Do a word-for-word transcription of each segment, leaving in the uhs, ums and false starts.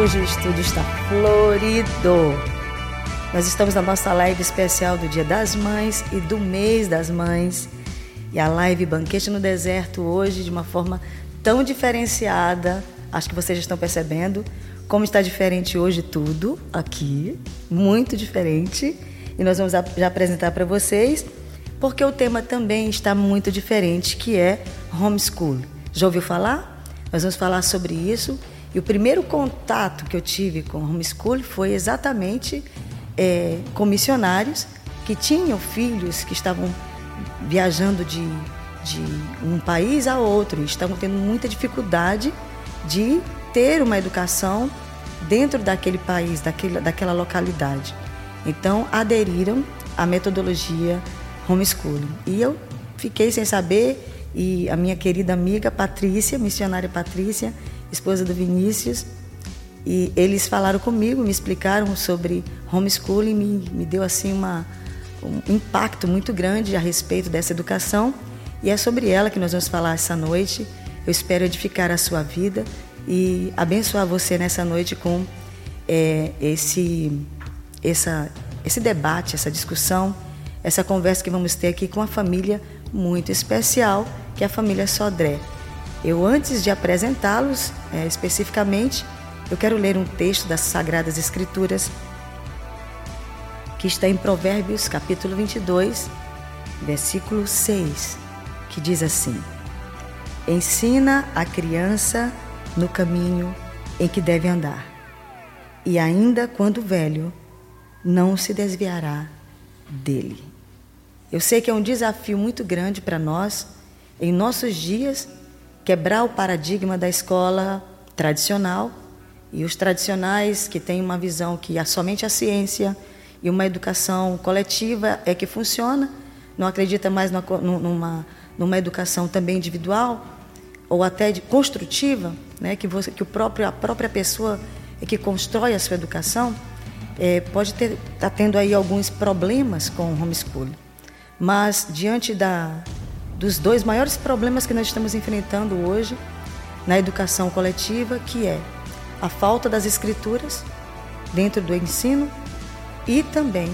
Hoje o estúdio está florido. Nós estamos na nossa live especial do Dia das Mães e do Mês das Mães. E a live Banquete no Deserto hoje de uma forma tão diferenciada. Acho que vocês já estão percebendo como está diferente hoje tudo aqui. Muito diferente. E nós vamos já apresentar para vocês, porque o tema também está muito diferente, que é homeschool. Já ouviu falar? Nós vamos falar sobre isso. E o primeiro contato que eu tive com homeschool foi exatamente é, com missionários que tinham filhos que estavam viajando de, de um país a outro, e estavam tendo muita dificuldade de ter uma educação dentro daquele país, daquele, daquela localidade. Então, aderiram à metodologia homeschooling. E eu fiquei sem saber, e a minha querida amiga Patrícia, missionária Patrícia, esposa do Vinícius, e eles falaram comigo, me explicaram sobre homeschooling, me, me deu assim uma, um impacto muito grande a respeito dessa educação, e é sobre ela que nós vamos falar essa noite. Eu espero edificar a sua vida e abençoar você nessa noite com é, esse, essa, esse debate, essa discussão, essa conversa que vamos ter aqui com uma família muito especial, que é a família Sodré. Eu, antes de apresentá-los é, especificamente, eu quero ler um texto das Sagradas Escrituras que está em Provérbios, capítulo vinte e dois, versículo seis, que diz assim: ensina a criança no caminho em que deve andar, e ainda quando velho, não se desviará dele. Eu sei que é um desafio muito grande para nós, em nossos dias, quebrar o paradigma da escola tradicional, e os tradicionais que têm uma visão que somente a ciência e uma educação coletiva é que funciona, não acredita mais numa, numa educação também individual ou até de, construtiva, né, que, você, que o próprio, a própria pessoa é que constrói a sua educação, é, pode estar tá tendo aí alguns problemas com o homeschooling. Mas diante da, dos dois maiores problemas que nós estamos enfrentando hoje na educação coletiva, que é a falta das escrituras dentro do ensino e também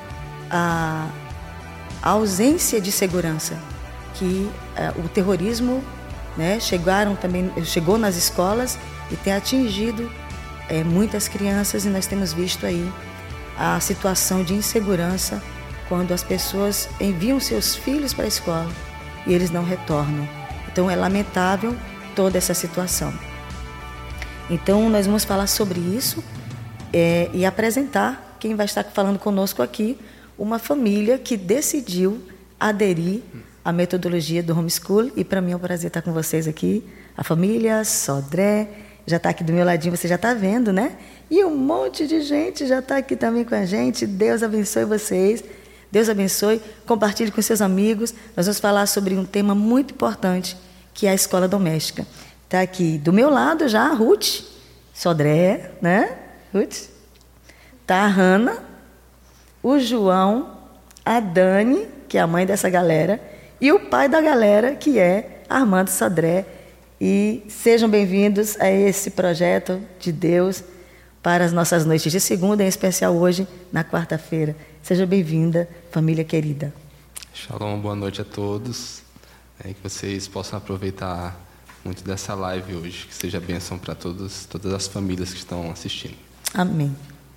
a, a ausência de segurança, que é, o terrorismo, né, chegaram também, chegou nas escolas e tem atingido é, muitas crianças, e nós temos visto aí a situação de insegurança quando as pessoas enviam seus filhos para a escola e eles não retornam. Então é lamentável toda essa situação. Então nós vamos falar sobre isso é, e apresentar quem vai estar falando conosco aqui, uma família que decidiu aderir à metodologia do homeschool, e para mim é um prazer estar com vocês aqui. A família Sodré já está aqui do meu ladinho, você já está vendo, né? E um monte de gente já está aqui também com a gente. Deus abençoe vocês. Deus abençoe, compartilhe com seus amigos. Nós vamos falar sobre um tema muito importante, que é a escola doméstica. Está aqui do meu lado já a Ruth Sodré, né? Ruth. Está a Hannah, o João, a Dani, que é a mãe dessa galera, e o pai da galera, que é Armando Sodré. E sejam bem-vindos a esse projeto de Deus para as nossas noites de segunda, em especial hoje, na quarta-feira. Seja bem-vinda, família querida. Shalom, boa noite a todos. É, que vocês possam aproveitar muito dessa live hoje. Que seja bênção para todos, todas as famílias que estão assistindo. Amém.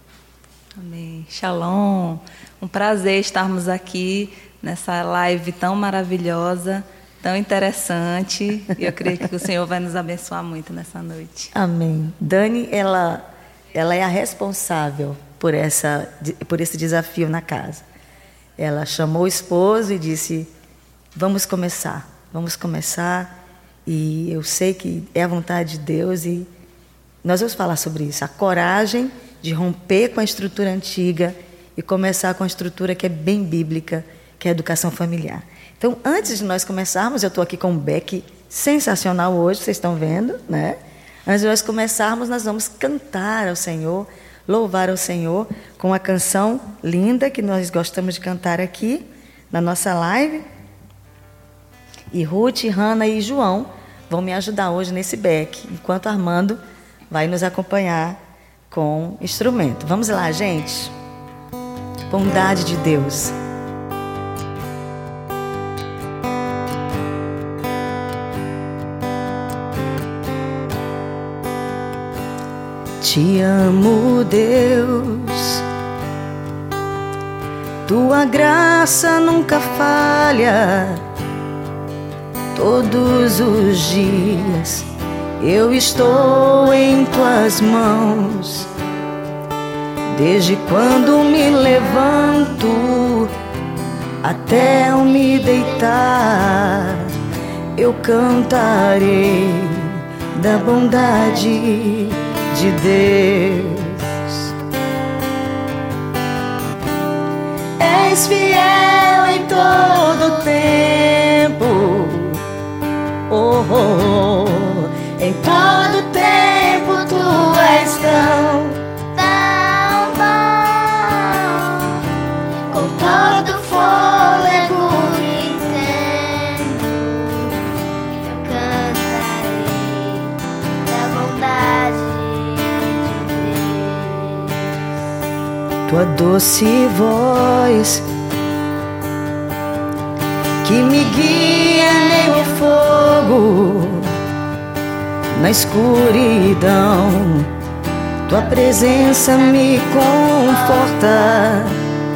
Amém. Shalom. Um prazer estarmos aqui nessa live tão maravilhosa, tão interessante. E eu creio que o Senhor vai nos abençoar muito nessa noite. Amém. Dani, ela, ela é a responsável por, essa, por esse desafio na casa. Ela chamou o esposo e disse: vamos começar, vamos começar. E eu sei que é a vontade de Deus, e nós vamos falar sobre isso. A coragem de romper com a estrutura antiga e começar com a estrutura que é bem bíblica, que é a educação familiar. Então, antes de nós começarmos, eu estou aqui com um beck sensacional hoje, vocês estão vendo, né? Antes de nós começarmos, nós vamos cantar ao Senhor, louvar ao Senhor com uma canção linda que nós gostamos de cantar aqui na nossa live. E Ruth, Hannah e João vão me ajudar hoje nesse beck, enquanto Armando vai nos acompanhar com instrumento. Vamos lá, gente. Bondade de Deus. Te amo, Deus, tua graça nunca falha. Todos os dias eu estou em tuas mãos. Desde quando me levanto até eu me deitar, eu cantarei da bondade de Deus. És fiel em todo tempo, oh, oh, oh. Em todo tempo tu és tão, tão bom. Com todo fôlego que tenho, eu cantarei da bondade. Tua doce voz que me guia nem o fogo na escuridão. Tua presença me conforta.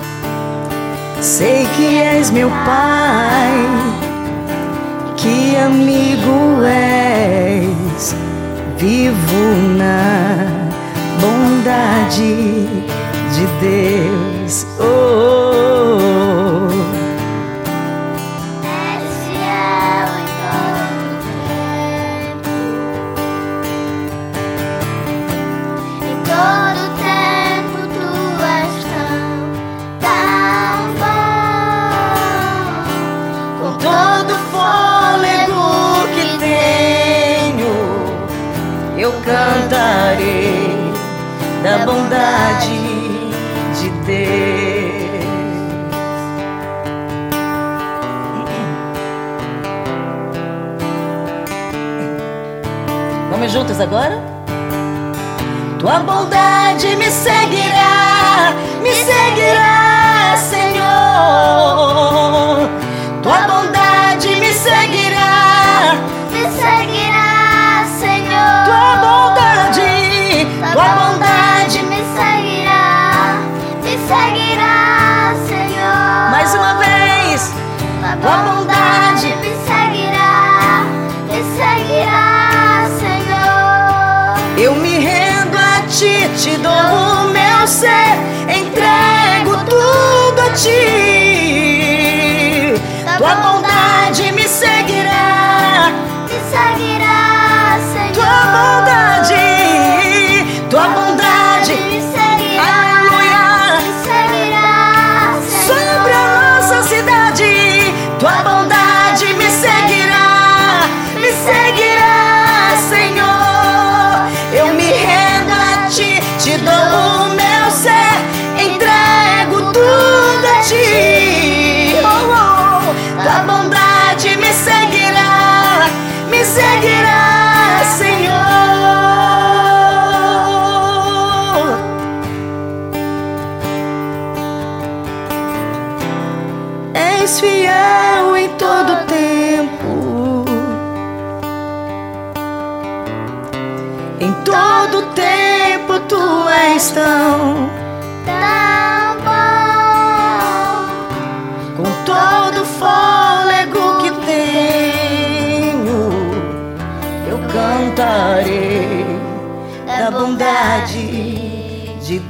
Sei que és meu Pai, que amigo és. Vivo na bondade de Deus. Oh, oh, oh. És fiel em todo tempo, em todo tempo tu és tão, tão bom. Com todo fôlego que tenho, eu cantarei da bondade de Deus. Vamos juntos agora? Tua bondade me seguirá, me seguirá, Senhor. Tua bondade me seguirá, me seguirá, Senhor. Tua bondade, tua bondade me seguirá, me seguirá, Senhor. Mais uma vez, tua bondade me seguirá, me seguirá, Senhor. Eu me rendo a ti, te dou o meu ser, entrego tudo a ti. Tua bondade me seguirá, me seguirá, Senhor. Tua bondade, tua bondade me seguirá, aleluia, me seguirá, Senhor. Sobre a nossa cidade, tua bondade me seguirá, me seguirá, Senhor. Eu me rendo a ti, te dou o meu ser, entrego tudo a ti. Oh, oh. Tua bondade me seguirá, me seguirá, Senhor. És fiel em todo tempo, em todo tempo tu és tão, tão bom. Com todo fôlego que tenho, eu cantarei da bondade de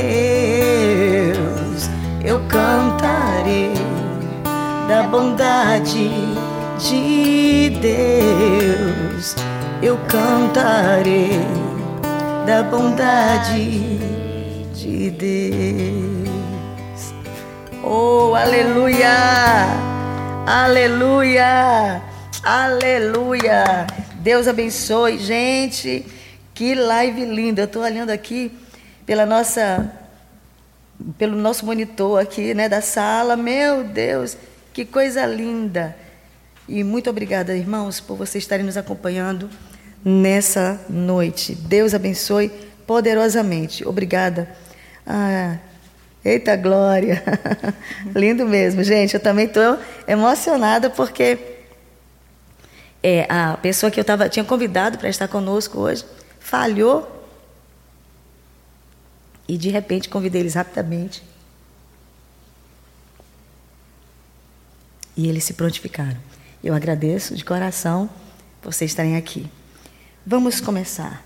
Deus. Eu cantarei da bondade de Deus. Eu cantarei da bondade de Deus. Oh, aleluia! Aleluia! Aleluia! Deus abençoe, gente. Que live linda. Eu estou olhando aqui pela nossa, pelo nosso monitor aqui, né, da sala. Meu Deus, que coisa linda. E muito obrigada, irmãos, por vocês estarem nos acompanhando nessa noite. Deus abençoe poderosamente. Obrigada. Ah, eita glória! Lindo mesmo, gente. Eu também estou emocionada porque é, a pessoa que eu tava, tinha convidado para estar conosco hoje falhou e de repente convidei eles rapidamente e eles se prontificaram. Eu agradeço de coração vocês estarem aqui. Vamos começar.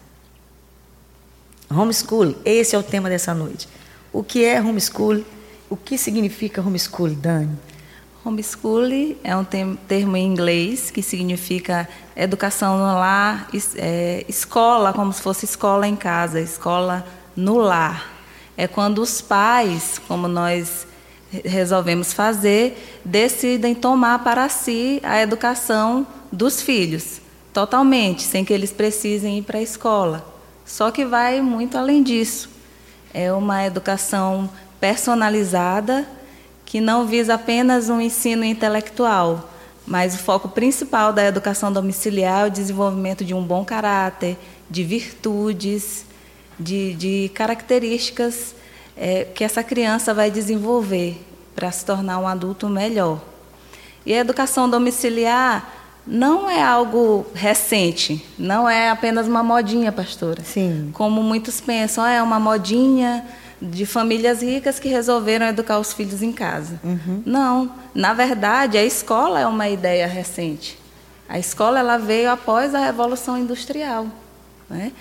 Homeschool, esse é o tema dessa noite. O que é homeschool? O que significa homeschool, Dani? Homeschool é um termo em inglês que significa educação no lar, é, escola, como se fosse escola em casa, escola no lar. É quando os pais, como nós resolvemos fazer, decidem tomar para si a educação dos filhos, totalmente, sem que eles precisem ir para a escola. Só que vai muito além disso. É uma educação personalizada que não visa apenas um ensino intelectual, mas o foco principal da educação domiciliar é o desenvolvimento de um bom caráter, de virtudes, de, de características é, que essa criança vai desenvolver para se tornar um adulto melhor. E a educação domiciliar não é algo recente, não é apenas uma modinha, pastora. Sim. Como muitos pensam, é uma modinha de famílias ricas que resolveram educar os filhos em casa. Uhum. Não, na verdade, a escola é uma ideia recente. A escola ela veio após a Revolução Industrial, né?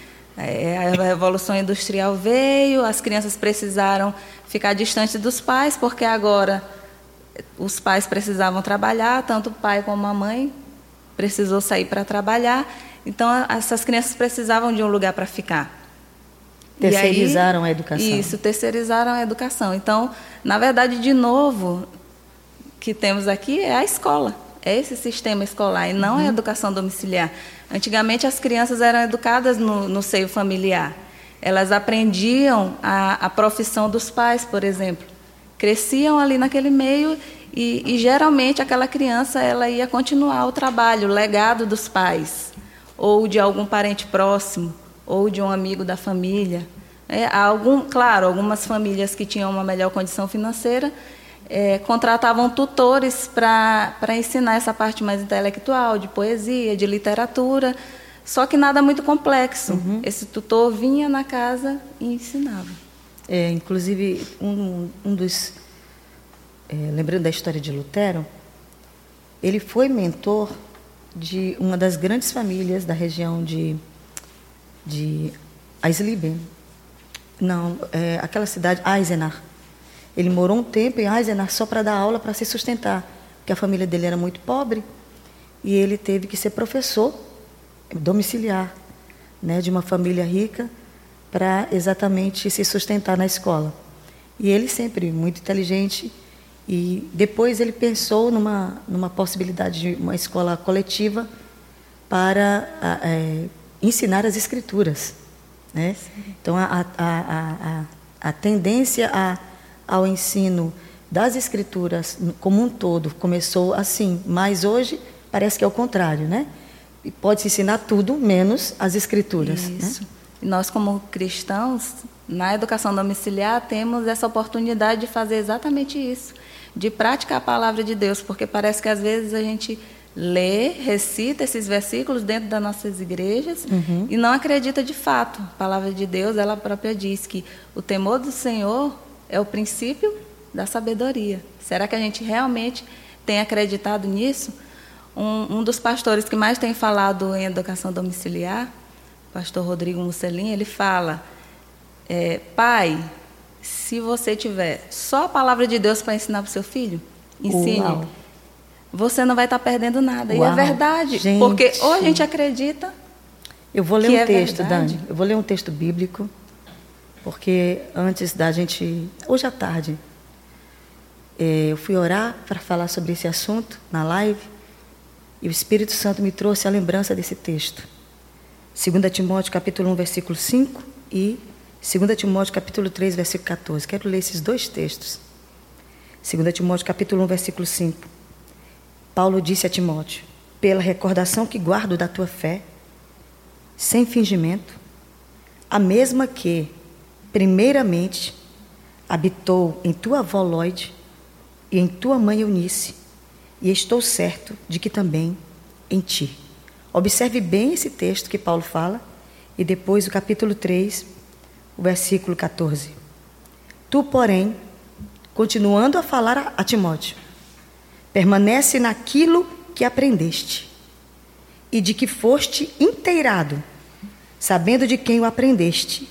A Revolução Industrial veio, as crianças precisaram ficar distantes dos pais, porque agora os pais precisavam trabalhar, tanto o pai como a mãe precisou sair para trabalhar, então essas crianças precisavam de um lugar para ficar. Terceirizaram aí, a educação. Isso, terceirizaram a educação. Então, na verdade, de novo, o que temos aqui é a escola, é esse sistema escolar, e não uhum. a educação domiciliar. Antigamente, as crianças eram educadas no, no seio familiar. Elas aprendiam a, a profissão dos pais, por exemplo. Cresciam ali naquele meio e, e, geralmente, aquela criança ela ia continuar o trabalho, o legado dos pais, ou de algum parente próximo, ou de um amigo da família. É, algum, claro, algumas famílias que tinham uma melhor condição financeira é, contratavam tutores para ensinar essa parte mais intelectual, de poesia, de literatura, só que nada muito complexo. Uhum. Esse tutor vinha na casa e ensinava. É, inclusive, um, um dos... É, lembrando da história de Lutero, ele foi mentor de uma das grandes famílias da região de... de Eisleben, não, é, aquela cidade, Eisenach. Ele morou um tempo em Eisenach só para dar aula, para se sustentar, porque a família dele era muito pobre e ele teve que ser professor domiciliar, né, de uma família rica para exatamente se sustentar na escola. E ele sempre muito inteligente e depois ele pensou numa, numa possibilidade de uma escola coletiva para... É, ensinar as escrituras, né? Então a, a, a, a, a tendência a, ao ensino das escrituras como um todo começou assim, mas hoje parece que é o contrário, né? E pode-se ensinar tudo menos as escrituras. Isso. Né? E nós como cristãos, na educação domiciliar, temos essa oportunidade de fazer exatamente isso, de praticar a palavra de Deus, porque parece que às vezes a gente lê, recita esses versículos dentro das nossas igrejas uhum. e não acredita de fato. A palavra de Deus, ela própria diz que o temor do Senhor é o princípio da sabedoria. Será que a gente realmente tem acreditado nisso? Um, um dos pastores que mais tem falado em educação domiciliar, o pastor Rodrigo Musselin, ele fala, é, pai, se você tiver só a palavra de Deus para ensinar para o seu filho, ensine. Uau. Você não vai estar perdendo nada. Uau, e é verdade. Gente. Porque ou a gente acredita. Eu vou ler um é texto, verdade. Dani. Eu vou ler um texto bíblico, porque antes da gente. Hoje à tarde, eu fui orar para falar sobre esse assunto na live, e o Espírito Santo me trouxe a lembrança desse texto. Segunda Timóteo, capítulo um, versículo cinco, e Segunda Timóteo, capítulo três, versículo catorze. Quero ler esses dois textos. Segunda Timóteo, capítulo um, versículo cinco. Paulo disse a Timóteo, pela recordação que guardo da tua fé, sem fingimento, a mesma que, primeiramente, habitou em tua avó Lloyd e em tua mãe Eunice, e estou certo de que também em ti. Observe bem esse texto que Paulo fala, e depois o capítulo três, o versículo catorze. Tu, porém, continuando a falar a, a Timóteo, permanece naquilo que aprendeste, e de que foste inteirado, sabendo de quem o aprendeste,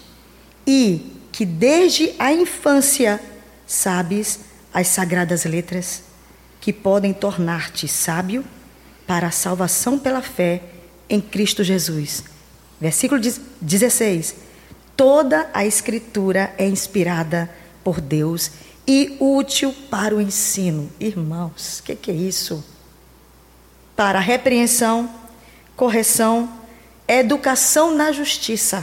e que desde a infância sabes as sagradas letras, que podem tornar-te sábio para a salvação pela fé em Cristo Jesus. Versículo dezesseis. Toda a Escritura é inspirada por Deus e útil para o ensino. Irmãos, o que, que é isso? Para a repreensão, correção, educação na justiça,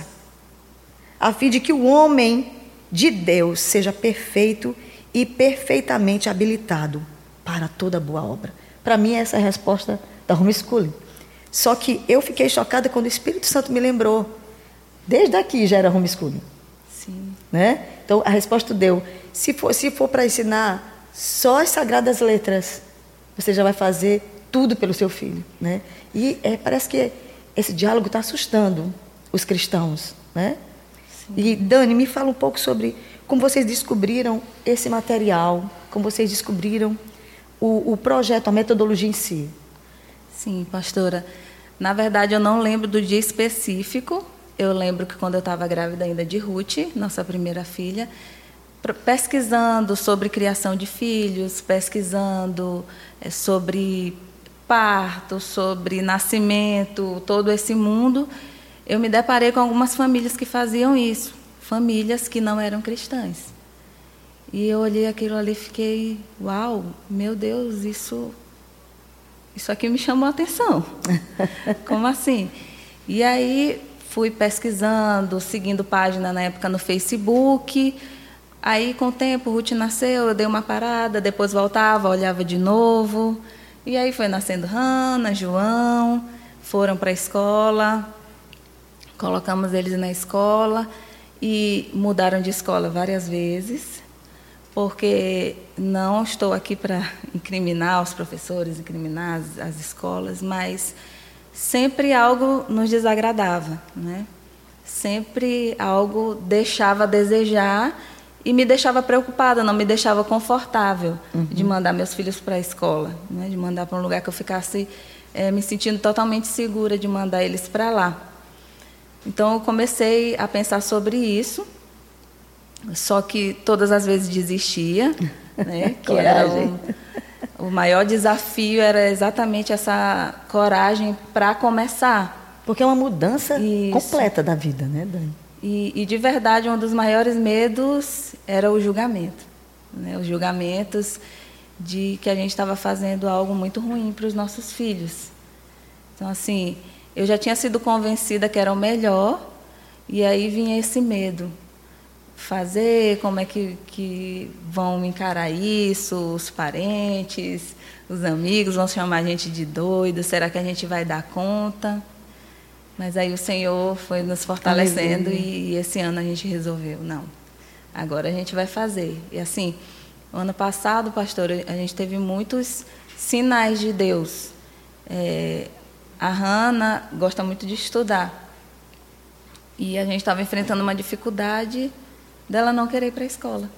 a fim de que o homem de Deus seja perfeito e perfeitamente habilitado para toda boa obra. Para mim, essa é a resposta da homeschooling. Só que eu fiquei chocada quando o Espírito Santo me lembrou. Desde aqui já era homeschooling. Sim. Né? Então, a resposta deu, se for, se for para ensinar só as sagradas letras, você já vai fazer tudo pelo seu filho. Né? E é, parece que esse diálogo está assustando os cristãos. Né? E, Dani, me fala um pouco sobre como vocês descobriram esse material, como vocês descobriram o, o projeto, a metodologia em si. Sim, pastora. Na verdade, eu não lembro do dia específico. Eu lembro que quando eu estava grávida ainda de Ruth, nossa primeira filha, pesquisando sobre criação de filhos, pesquisando é, sobre parto, sobre nascimento, todo esse mundo, eu me deparei com algumas famílias que faziam isso, famílias que não eram cristãs. E eu olhei aquilo ali e fiquei, uau, meu Deus, isso, isso aqui me chamou a atenção. Como assim? E aí fui pesquisando, seguindo página na época no Facebook. Aí, com o tempo, Ruth nasceu, eu dei uma parada, depois voltava, olhava de novo. E aí foi nascendo Hannah, João, foram para a escola, colocamos eles na escola e mudaram de escola várias vezes, porque não estou aqui para incriminar os professores, incriminar as, as escolas, mas sempre algo nos desagradava, né? Sempre algo deixava a desejar e me deixava preocupada, não me deixava confortável uhum. de mandar meus filhos para a escola, né? De mandar para um lugar que eu ficasse é, me sentindo totalmente segura de mandar eles para lá. Então, eu comecei a pensar sobre isso, só que todas as vezes desistia, né? Que era um, o maior desafio era exatamente essa coragem para começar. Porque é uma mudança Isso. completa da vida, né, Dani? E, e, de verdade, um dos maiores medos era o julgamento. Né? Os julgamentos de que a gente estava fazendo algo muito ruim para os nossos filhos. Então, assim, eu já tinha sido convencida que era o melhor, e aí vinha esse medo. Fazer, como é que, que vão encarar isso, os parentes, os amigos vão chamar a gente de doido, será que a gente vai dar conta? Mas aí o Senhor foi nos fortalecendo e, e esse ano a gente resolveu, não, agora a gente vai fazer. E assim, o ano passado, pastor, a gente teve muitos sinais de Deus. É, a Hannah gosta muito de estudar, e a gente estava enfrentando uma dificuldade dela não querer ir para a escola.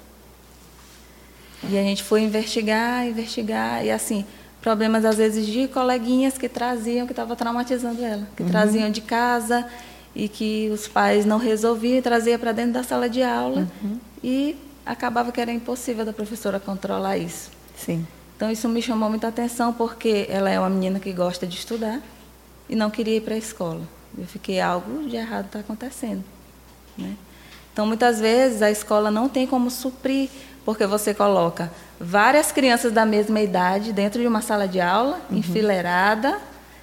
E a gente foi investigar, investigar, e assim, problemas às vezes de coleguinhas que traziam, que estavam traumatizando ela, que uhum. traziam de casa e que os pais não resolviam e traziam para dentro da sala de aula uhum. e acabava que era impossível da professora controlar isso. Sim. Então isso me chamou muita atenção, porque ela é uma menina que gosta de estudar e não queria ir para a escola. Eu fiquei, algo de errado está acontecendo, né? Então, muitas vezes, a escola não tem como suprir, porque você coloca várias crianças da mesma idade dentro de uma sala de aula, uhum. enfileirada,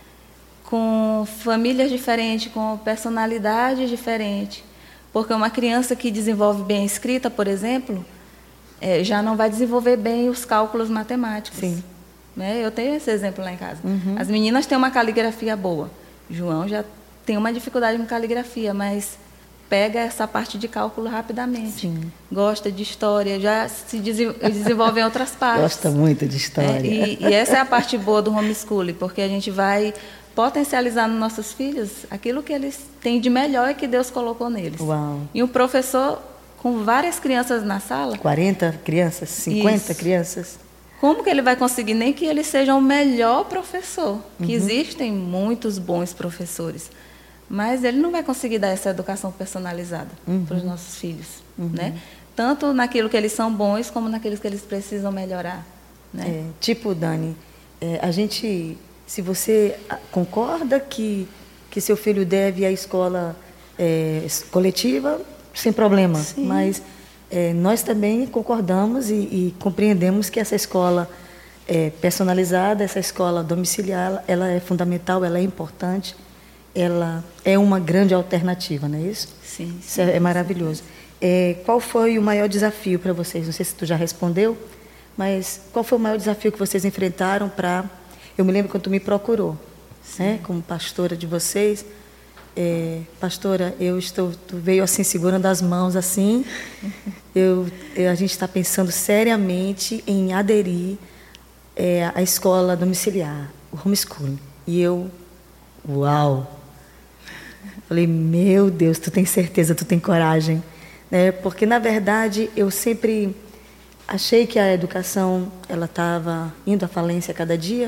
com famílias diferentes, com personalidades diferentes. Porque uma criança que desenvolve bem a escrita, por exemplo, é, já não vai desenvolver bem os cálculos matemáticos. Sim. Né? Eu tenho esse exemplo lá em casa. Uhum. As meninas têm uma caligrafia boa. João já tem uma dificuldade com caligrafia, mas pega essa parte de cálculo rapidamente. Sim. Gosta de história, já se desenvolve em outras partes. Gosta muito de história. É, e, e essa é a parte boa do homeschooling, porque a gente vai potencializar nos nossos filhos aquilo que eles têm de melhor e que Deus colocou neles. Uau. E um professor com várias crianças na sala... quarenta crianças? cinquenta Isso. crianças? Como que ele vai conseguir nem que ele seja o melhor professor? Que uhum. existem muitos bons professores, mas ele não vai conseguir dar essa educação personalizada uhum. para os nossos filhos, uhum. né? Tanto naquilo que eles são bons, como naquilo que eles precisam melhorar. Né? É, tipo, Dani, é, a gente... Se você concorda que, que seu filho deve ir à escola é, coletiva, sem problema. Sim. Mas é, nós também concordamos e, e compreendemos que essa escola é, personalizada, essa escola domiciliar, ela é fundamental, ela é importante, ela é uma grande alternativa, não é isso? Sim. sim isso é, é maravilhoso. É, qual foi o maior desafio para vocês? Não sei se tu já respondeu, mas qual foi o maior desafio que vocês enfrentaram para... Eu me lembro quando tu me procurou, né, como pastora de vocês. É, pastora, eu estou, tu veio assim segurando as mãos assim. Eu, eu, a gente está pensando seriamente em aderir é, à escola domiciliar, o homeschooling. E eu, uau! Falei, meu Deus, tu tem certeza, tu tem coragem, né? Porque na verdade eu sempre achei que a educação ela estava indo à falência a cada dia.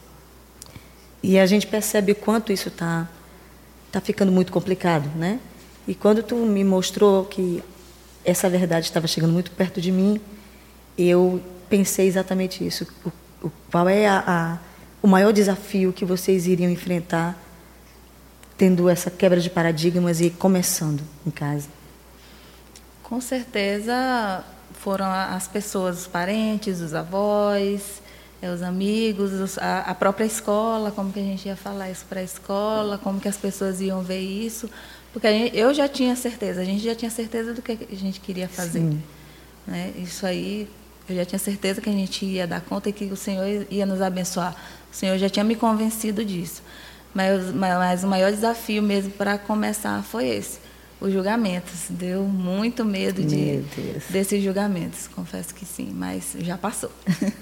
E a gente percebe o quanto isso está tá ficando muito complicado, né? E quando tu me mostrou que essa verdade estava chegando muito perto de mim, eu pensei exatamente isso. O, o, qual é a, a, o maior desafio que vocês iriam enfrentar tendo essa quebra de paradigmas e começando em casa? Com certeza foram as pessoas, os parentes, os avós... os amigos, a própria escola, como que a gente ia falar isso para a escola, como que as pessoas iam ver isso, porque a gente, eu já tinha certeza, a gente já tinha certeza do que a gente queria fazer. Né? Isso aí, eu já tinha certeza que a gente ia dar conta e que o Senhor ia nos abençoar. O Senhor já tinha me convencido disso. Mas, mas o maior desafio mesmo para começar foi esse. Os julgamentos. Deu muito medo de, desses julgamentos. Confesso que sim, mas já passou.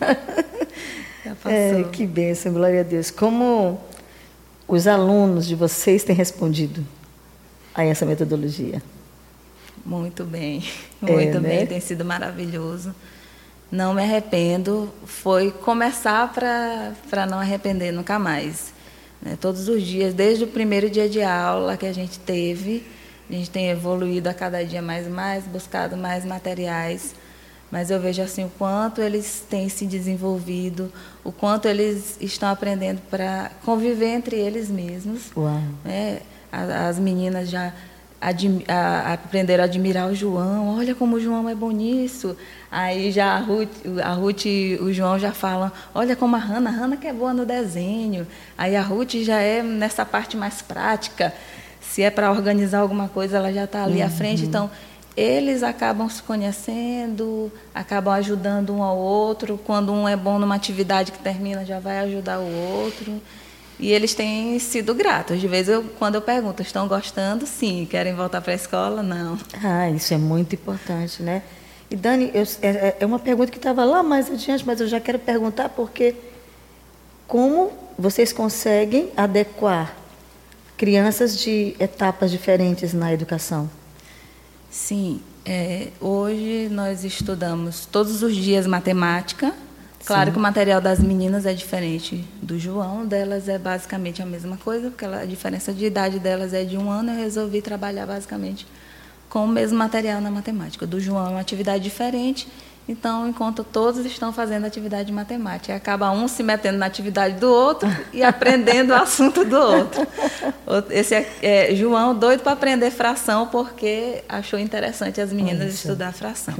já passou. É, que bênção, glória a Deus. Como os alunos de vocês têm respondido a essa metodologia? Muito bem, muito é, bem. Né? Tem sido maravilhoso. Não me arrependo. Foi começar para não arrepender nunca mais. Né? Todos os dias, desde o primeiro dia de aula que a gente teve... A gente tem evoluído a cada dia mais e mais, buscado mais materiais, mas eu vejo assim o quanto eles têm se desenvolvido, o quanto eles estão aprendendo para conviver entre eles mesmos. Uau. Né? As meninas já admi- a, aprenderam a admirar o João. Olha como o João é bom nisso. Aí já a Ruth, a Ruth e o João já falam, olha como a Hannah, a Hannah que é boa no desenho. Aí a Ruth já é nessa parte mais prática. Se é para organizar alguma coisa, ela já está ali uhum. à frente. Então, eles acabam se conhecendo, acabam ajudando um ao outro. Quando um é bom numa atividade que termina, já vai ajudar o outro. E eles têm sido gratos. De vez eu, quando eu pergunto, estão gostando? Sim. Querem voltar para a escola? Não. Ah, isso é muito importante, né? E, Dani, eu, é, é uma pergunta que estava lá mais adiante, mas eu já quero perguntar porque como vocês conseguem adequar crianças de etapas diferentes na educação? Sim, é, hoje nós estudamos todos os dias matemática. Claro Sim. que o material das meninas é diferente do João, delas é basicamente a mesma coisa, porque ela, a diferença de idade delas é de um ano, eu resolvi trabalhar basicamente com o mesmo material na matemática. Do João é uma atividade diferente, então, enquanto todos estão fazendo atividade de matemática, acaba um se metendo na atividade do outro e aprendendo o assunto do outro. Esse é, é João doido para aprender fração, porque achou interessante as meninas Isso. estudar fração.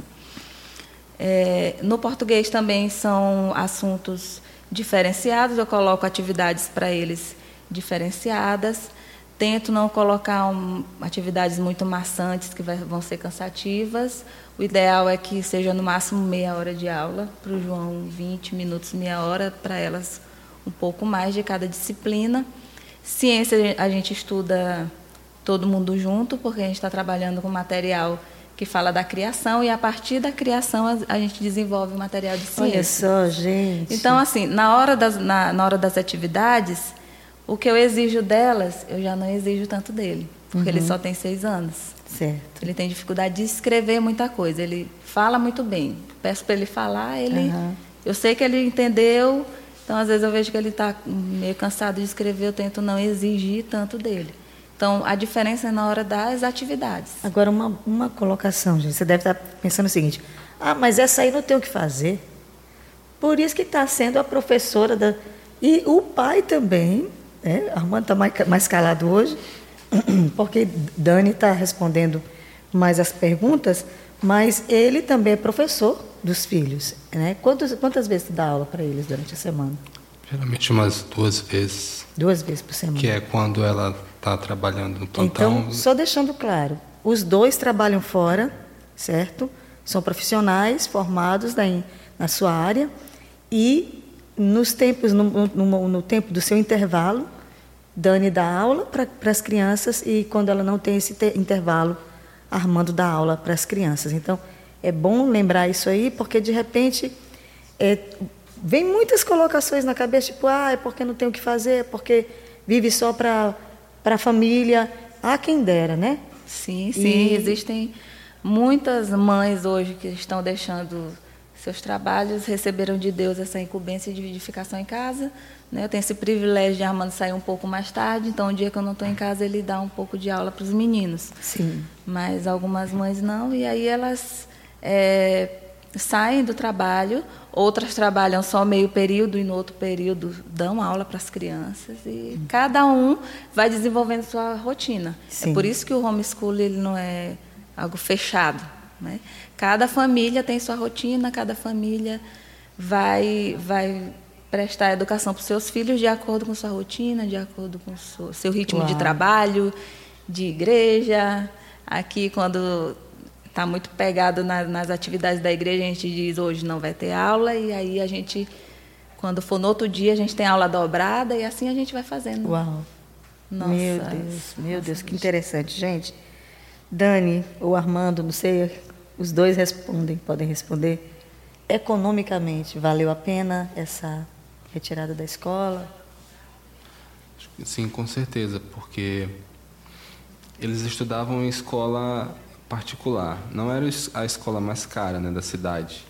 É, no português também são assuntos diferenciados, eu coloco atividades para eles diferenciadas, tento não colocar um, atividades muito maçantes que vai, vão ser cansativas. O ideal é que seja no máximo meia hora de aula, para o João vinte minutos, meia hora, para elas um pouco mais de cada disciplina. Ciência a gente estuda todo mundo junto, porque a gente está trabalhando com material que fala da criação, e a partir da criação a, a gente desenvolve o material de ciência. Olha só, gente. Então, assim, na hora das, na, na hora das atividades, o que eu exijo delas, eu já não exijo tanto dele, porque uhum. ele só tem seis anos. Certo. Ele tem dificuldade de escrever muita coisa, ele fala muito bem. Peço para ele falar, ele, uhum. eu sei que ele entendeu, então às vezes eu vejo que ele está meio cansado de escrever, eu tento não exigir tanto dele. Então, a diferença é na hora das atividades. Agora, uma, uma colocação, gente. Você deve estar pensando o seguinte: ah, mas essa aí não tem o que fazer. Por isso que está sendo a professora da... E o pai também, né? Armando está mais, mais calado hoje, porque Dani está respondendo mais as perguntas, mas ele também é professor dos filhos, né? Quantas, quantas vezes você dá aula para eles durante a semana? Geralmente umas duas vezes. Duas vezes por semana. Que é quando ela está trabalhando no plantão. Então, só deixando claro, os dois trabalham fora, certo? São profissionais formados na, na sua área, e nos tempos, no, no, no tempo do seu intervalo, Dani dá aula para as crianças, e quando ela não tem esse te, intervalo, Armando dá aula para as crianças. Então, é bom lembrar isso aí, porque de repente é, vem muitas colocações na cabeça, tipo, ah, é porque não tem o que fazer, é porque vive só para para a família. Há quem dera, né? Sim, sim. E... existem muitas mães hoje que estão deixando seus trabalhos, receberam de Deus essa incumbência de ficação em casa, né? Eu tenho esse privilégio de Armando sair um pouco mais tarde, então o dia que eu não estou em casa ele dá um pouco de aula para os meninos. Sim. Mas algumas mães não, e aí elas é, saem do trabalho, outras trabalham só meio período e no outro período dão aula para as crianças, e hum. cada um vai desenvolvendo sua rotina. Sim. É por isso que o homeschool ele não é algo fechado, né? Cada família tem sua rotina, cada família vai, vai prestar educação para os seus filhos de acordo com sua rotina, de acordo com o seu, seu ritmo Uau. de trabalho, de igreja. Aqui, quando está muito pegado na, nas atividades da igreja, a gente diz hoje não vai ter aula, e aí a gente, quando for no outro dia, a gente tem aula dobrada, e assim a gente vai fazendo. Uau! Nossa, meu Deus, meu nossa, Deus, que interessante, gente. Dani ou Armando, não sei, os dois respondem, podem responder. Economicamente, valeu a pena essa retirada da escola? Sim, com certeza, porque eles estudavam em escola particular. Não era a escola mais cara, né, da cidade,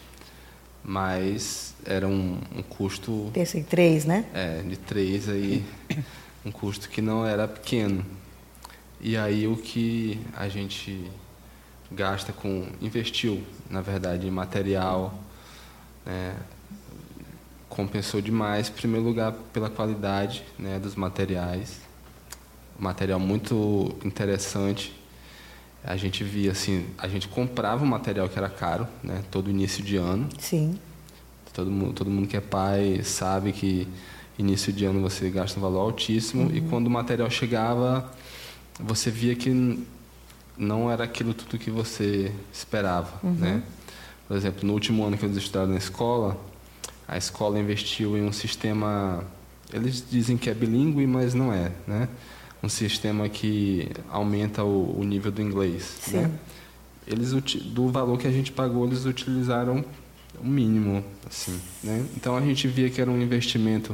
mas era um, um custo... Pensei em três, né? É, de três aí, um custo que não era pequeno. E aí o que a gente gasta com... investiu, na verdade, em material, né, compensou demais, em primeiro lugar, pela qualidade, né, dos materiais. Material muito interessante. A gente via assim, a gente comprava um material que era caro, né, todo início de ano. Sim. Todo mundo, todo mundo que é pai sabe que início de ano você gasta um valor altíssimo, uhum. e quando o material chegava, você via que não era aquilo tudo que você esperava, uhum. né? Por exemplo, no último ano que eles estudaram na escola, a escola investiu em um sistema, eles dizem que é bilíngue, mas não é, né? Um sistema que aumenta o, o nível do inglês. Sim. Né? Eles, do valor que a gente pagou, eles utilizaram o mínimo. Assim, né? Então, a gente via que era um investimento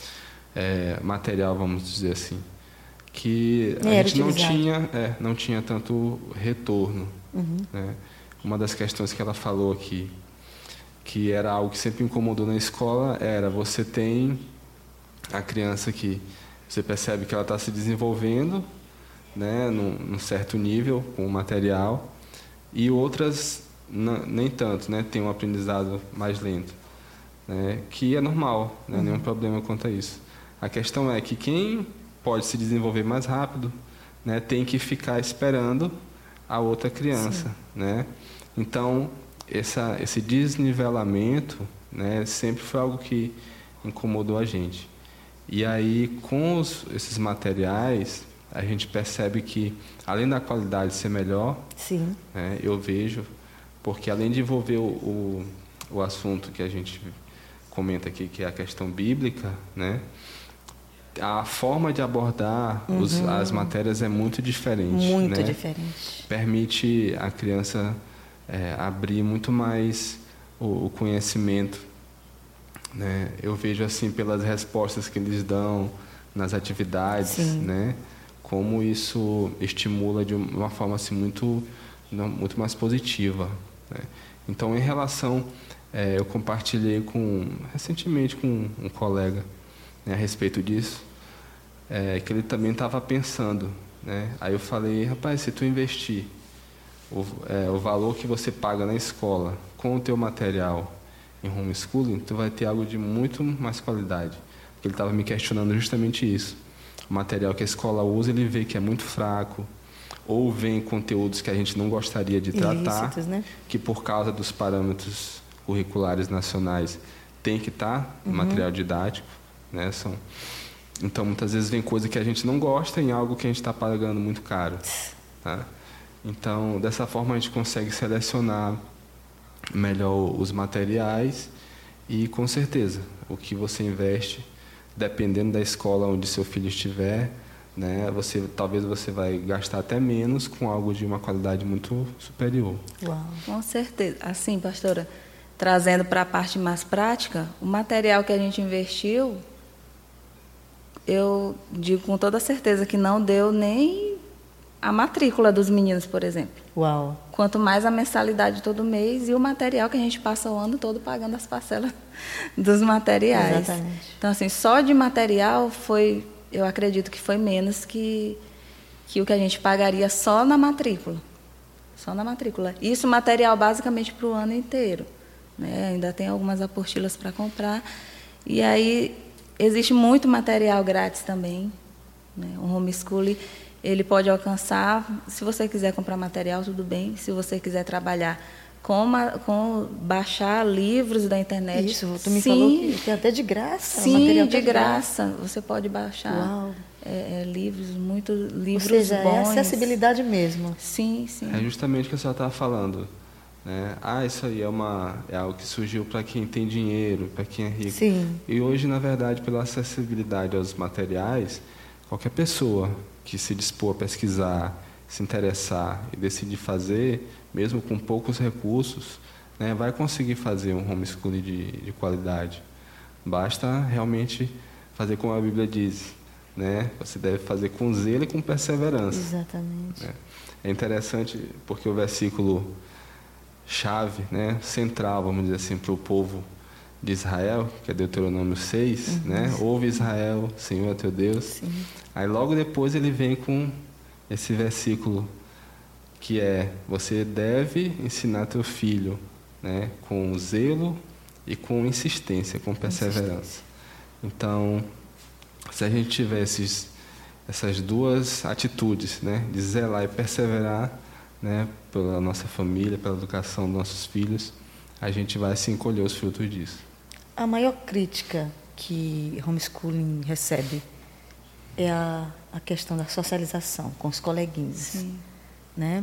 é, material, vamos dizer assim, que a era gente não utilizado. tinha, é, não tinha tanto retorno. Uhum. Né? Uma das questões que ela falou aqui, que era algo que sempre incomodou na escola, era você tem a criança que você percebe que ela está se desenvolvendo, né, num, num certo nível com o material, e outras não, nem tanto, né, tem um aprendizado mais lento, né, que é normal, né, uhum. nenhum problema quanto a isso. A questão é que quem pode se desenvolver mais rápido, né, tem que ficar esperando a outra criança, né? Então essa, esse desnivelamento, né, sempre foi algo que incomodou a gente. E aí, com os, esses materiais, a gente percebe que, além da qualidade ser melhor, Sim. Né, eu vejo, porque além de envolver o, o, o assunto que a gente comenta aqui, que é a questão bíblica, né, a forma de abordar uhum. os, as matérias é muito diferente. Muito né? diferente. Permite a criança é, abrir muito mais o, o conhecimento. Né? Eu vejo assim pelas respostas que eles dão nas atividades, né? Como isso estimula de uma forma assim, muito, muito mais positiva. Né? Então, em relação, é, eu compartilhei com, recentemente com um colega, né, a respeito disso, é, que ele também estava pensando. Né? Aí eu falei, rapaz, se tu investir o, é, o valor que você paga na escola com o teu material em homeschooling, tu vai ter algo de muito mais qualidade. Porque ele estava me questionando justamente isso. O material que a escola usa, ele vê que é muito fraco, ou vem conteúdos que a gente não gostaria de tratar, ilícitos, né? Que por causa dos parâmetros curriculares nacionais tem que estar no uhum. material didático. Né? São... Então, muitas vezes vem coisa que a gente não gosta em algo que a gente está pagando muito caro. Tá? Então, dessa forma, a gente consegue selecionar melhor os materiais e, com certeza, o que você investe, dependendo da escola onde seu filho estiver, né, você, talvez você vai gastar até menos com algo de uma qualidade muito superior. Uau. Com certeza. Assim, pastora, trazendo para a parte mais prática, o material que a gente investiu, eu digo com toda certeza que não deu nem a matrícula dos meninos, por exemplo. Uau. Quanto mais a mensalidade todo mês e o material que a gente passa o ano todo pagando as parcelas dos materiais. Exatamente. Então, assim, só de material foi, eu acredito que foi menos que, que o que a gente pagaria só na matrícula. Só na matrícula. Isso material basicamente para o ano inteiro. Né? Ainda tem algumas apostilas para comprar. E aí existe muito material grátis também. Né? O homeschooling, ele pode alcançar, se você quiser comprar material, tudo bem. Se você quiser trabalhar com, uma, com baixar livros da internet. Isso, tu me sim, falou que tem até de graça. Sim, material de, de graça. graça. Você pode baixar é, é, livros, muito livros Ou seja, bons. é acessibilidade mesmo. Sim, sim. É justamente o que a senhora estava falando. Né? Ah, isso aí é, uma, é algo que surgiu para quem tem dinheiro, para quem é rico. Sim. E hoje, na verdade, pela acessibilidade aos materiais, qualquer pessoa que se dispor a pesquisar, se interessar e decidir fazer, mesmo com poucos recursos, né, vai conseguir fazer um homeschooling de, de qualidade. Basta realmente fazer como a Bíblia diz. Né? Você deve fazer com zelo e com perseverança. Exatamente. Né? É interessante porque o versículo chave, né, central, vamos dizer assim, para o povo de Israel, que é Deuteronômio seis, uhum. né? Ouve Israel, Senhor é teu Deus. Sim. Aí logo depois ele vem com esse versículo que é: você deve ensinar teu filho, né, com zelo e com insistência, com perseverança. Então, se a gente tiver esses, essas duas atitudes, né, de zelar e perseverar, né, pela nossa família, pela educação dos nossos filhos, a gente vai sim colher os frutos disso. A maior crítica que homeschooling recebe é a, a questão da socialização com os coleguinhas. Sim. Né?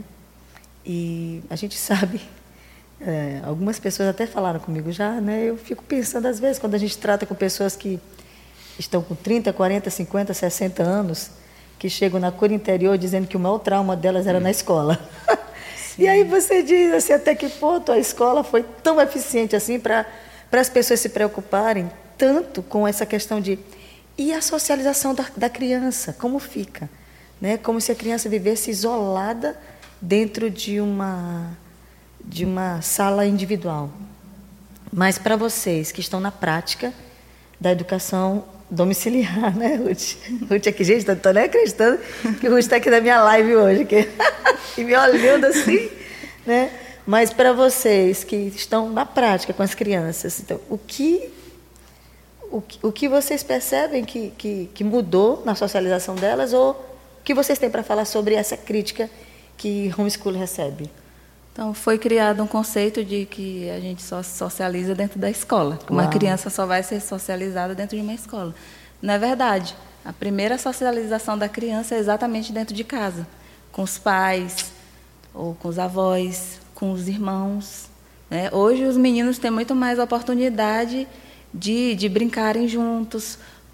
E a gente sabe, é, algumas pessoas até falaram comigo já, né? Eu fico pensando às vezes, quando a gente trata com pessoas que estão com trinta, quarenta, cinquenta, sessenta anos, que chegam na cor interior dizendo que o maior trauma delas era na escola. E aí você diz assim, até que ponto a escola foi tão eficiente assim para para as pessoas se preocuparem tanto com essa questão de... E a socialização da, da criança, como fica? Né? Como se a criança vivesse isolada dentro de uma, de uma sala individual. Mas para vocês que estão na prática da educação domiciliar, né, Ruth? Ruth aqui, gente, não estou nem acreditando que o Ruth está aqui na minha live hoje, que... e me olhando assim, né? Mas para vocês que estão na prática com as crianças, então, o que, o que, o que vocês percebem que, que, que mudou na socialização delas, ou o que vocês têm para falar sobre essa crítica que homeschool recebe? Então, foi criado um conceito de que a gente só se socializa dentro da escola. Uma Uau. criança só vai ser socializada dentro de uma escola. Não é verdade. A primeira socialização da criança é exatamente dentro de casa, com os pais, ou com os avós, com os irmãos. Né? Hoje, os meninos têm muito mais oportunidade de, de brincarem juntos,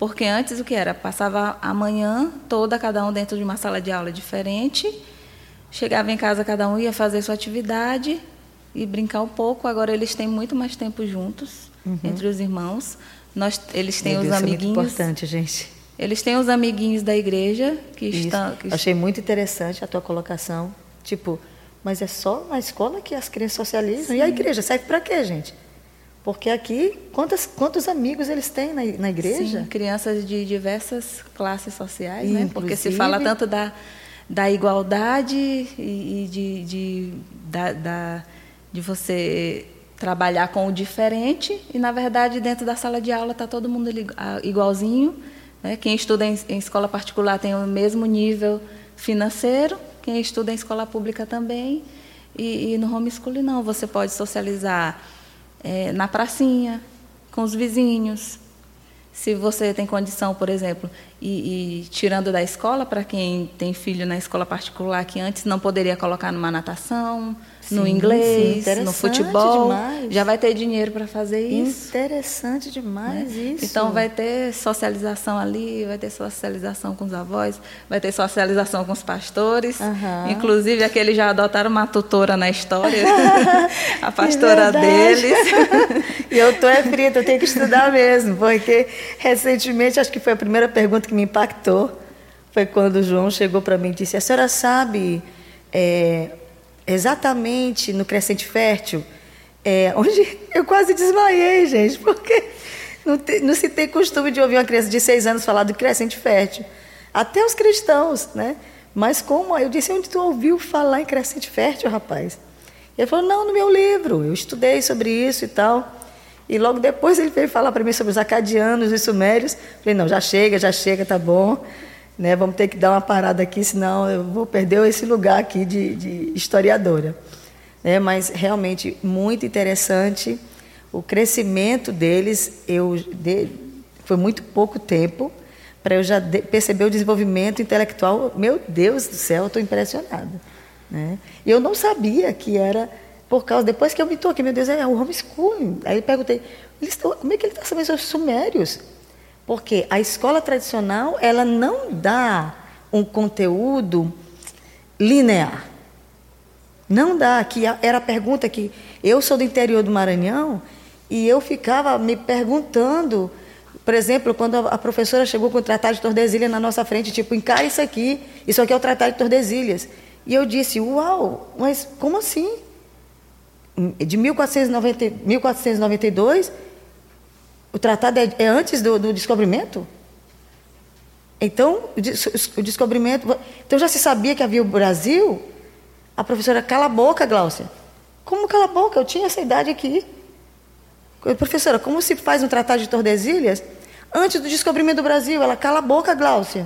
Porque antes o que era? Passava a manhã toda, cada um dentro de uma sala de aula diferente, chegava em casa, cada um ia fazer sua atividade e brincar um pouco. Agora eles têm muito mais tempo juntos, uhum. entre os irmãos. Nós, eles têm Meu os Deus, amiguinhos. isso é muito importante, gente. Eles têm os amiguinhos da igreja que Isso. estão. Que... Achei muito interessante a tua colocação. Tipo, mas é só na escola que as crianças socializam. Sim. E a igreja serve para quê, gente? Porque aqui, quantas, quantos amigos eles têm na, na igreja? Sim, crianças de diversas classes sociais, Inclusive, né? Porque se fala tanto da, da igualdade e, e de, de, da, da, de você trabalhar com o diferente, e, na verdade, dentro da sala de aula está todo mundo igualzinho. Né? Quem estuda em, em escola particular tem o mesmo nível financeiro, quem estuda em escola pública também, e, e no homeschooling não, você pode socializar é, na pracinha, com os vizinhos. Se você tem condição, por exemplo, e, e tirando da escola, para quem tem filho na escola particular, que antes não poderia colocar numa natação, sim, no inglês, sim, no futebol, demais. Já vai ter dinheiro para fazer isso. Interessante demais, né? Isso. Então vai ter socialização ali, vai ter socialização com os avós, vai ter socialização com os pastores. Uhum. Inclusive, aqueles já adotaram uma tutora na história, a pastora deles. E eu estou é frita, eu tenho que estudar mesmo, porque recentemente, acho que foi a primeira pergunta que me impactou, foi quando o João chegou para mim e disse: a senhora sabe é, exatamente no Crescente Fértil, é, onde eu quase desmaiei, gente, porque não, te, não se tem costume de ouvir uma criança de seis anos falar do Crescente Fértil, até os cristãos, né? Mas como? Eu disse: onde tu ouviu falar em Crescente Fértil, rapaz? Ele falou: não, no meu livro, eu estudei sobre isso e tal. E logo depois ele veio falar para mim sobre os acadianos e sumérios. Falei: não, já chega, já chega, tá bom. Né, vamos ter que dar uma parada aqui, senão eu vou perder esse lugar aqui de, de historiadora. Né, mas realmente muito interessante o crescimento deles. Eu, de, foi muito pouco tempo para eu já de, perceber o desenvolvimento intelectual. Meu Deus do céu, eu estou impressionada. Né? E eu não sabia que era... Por causa, depois que eu me toquei, meu Deus, é o homeschooling. Aí eu perguntei: como é que ele está sabendo sobre os sumérios? Porque a escola tradicional, ela não dá um conteúdo linear. Não dá. Que era a pergunta que... Eu sou do interior do Maranhão e eu ficava me perguntando, por exemplo, quando a professora chegou com o Tratado de Tordesilhas na nossa frente, tipo, encara isso aqui, isso aqui é o Tratado de Tordesilhas. E eu disse: uau, mas como assim? De mil quatrocentos e noventa e dois, o tratado é, é antes do, do descobrimento? Então, o, o descobrimento... Então, já se sabia que havia o Brasil? A professora: cala a boca, Gláucia. Como cala a boca? Eu tinha essa idade aqui. Professora, como se faz um tratado de Tordesilhas antes do descobrimento do Brasil? Ela: cala a boca, Gláucia.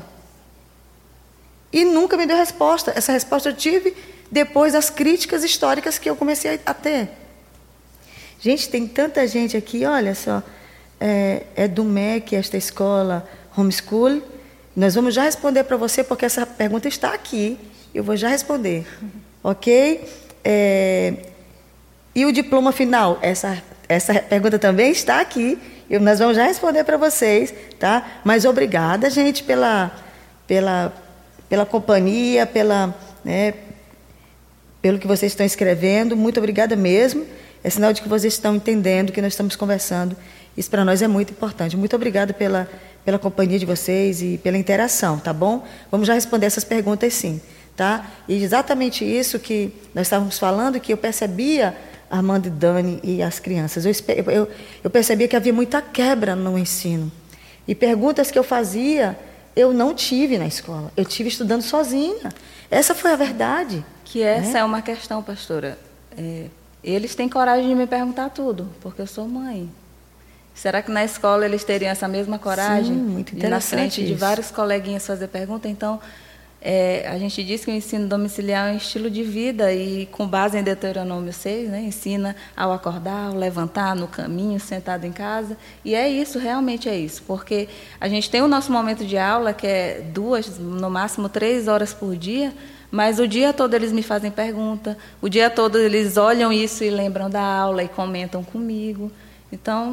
E nunca me deu resposta. Essa resposta eu tive depois das críticas históricas que eu comecei a ter. Gente, tem tanta gente aqui, olha só, é, é do M E C, esta escola homeschool. Nós vamos já responder para você, porque essa pergunta está aqui. Eu vou já responder. Ok? É, e o diploma final? Essa, essa pergunta também está aqui. E nós vamos já responder para vocês, tá? Mas obrigada, gente, pela, pela, pela companhia, pela... Né, pelo que vocês estão escrevendo, muito obrigada mesmo. É sinal de que vocês estão entendendo que nós estamos conversando. Isso para nós é muito importante. Muito obrigada pela, pela companhia de vocês e pela interação, tá bom? Vamos já responder essas perguntas, sim, tá? E exatamente isso que nós estávamos falando, que eu percebia, Armando e Dani e as crianças, eu, eu, eu percebia que havia muita quebra no ensino. E perguntas que eu fazia, eu não tive na escola. Eu tive estudando sozinha. Essa foi a verdade. Que essa né? é uma questão, pastora. É, eles têm coragem de me perguntar tudo, porque eu sou mãe. Será que na escola eles teriam essa mesma coragem? Sim, muito interessante. De, na frente isso. de vários coleguinhas fazer pergunta? Então, é, a gente diz que o ensino domiciliar é um estilo de vida e, com base em Deuteronômio seis, né, ensina ao acordar, ao levantar, no caminho, sentado em casa. E é isso, realmente é isso. Porque a gente tem o nosso momento de aula, que é duas, no máximo três horas por dia, mas o dia todo eles me fazem pergunta, o dia todo eles olham isso e lembram da aula e comentam comigo. Então,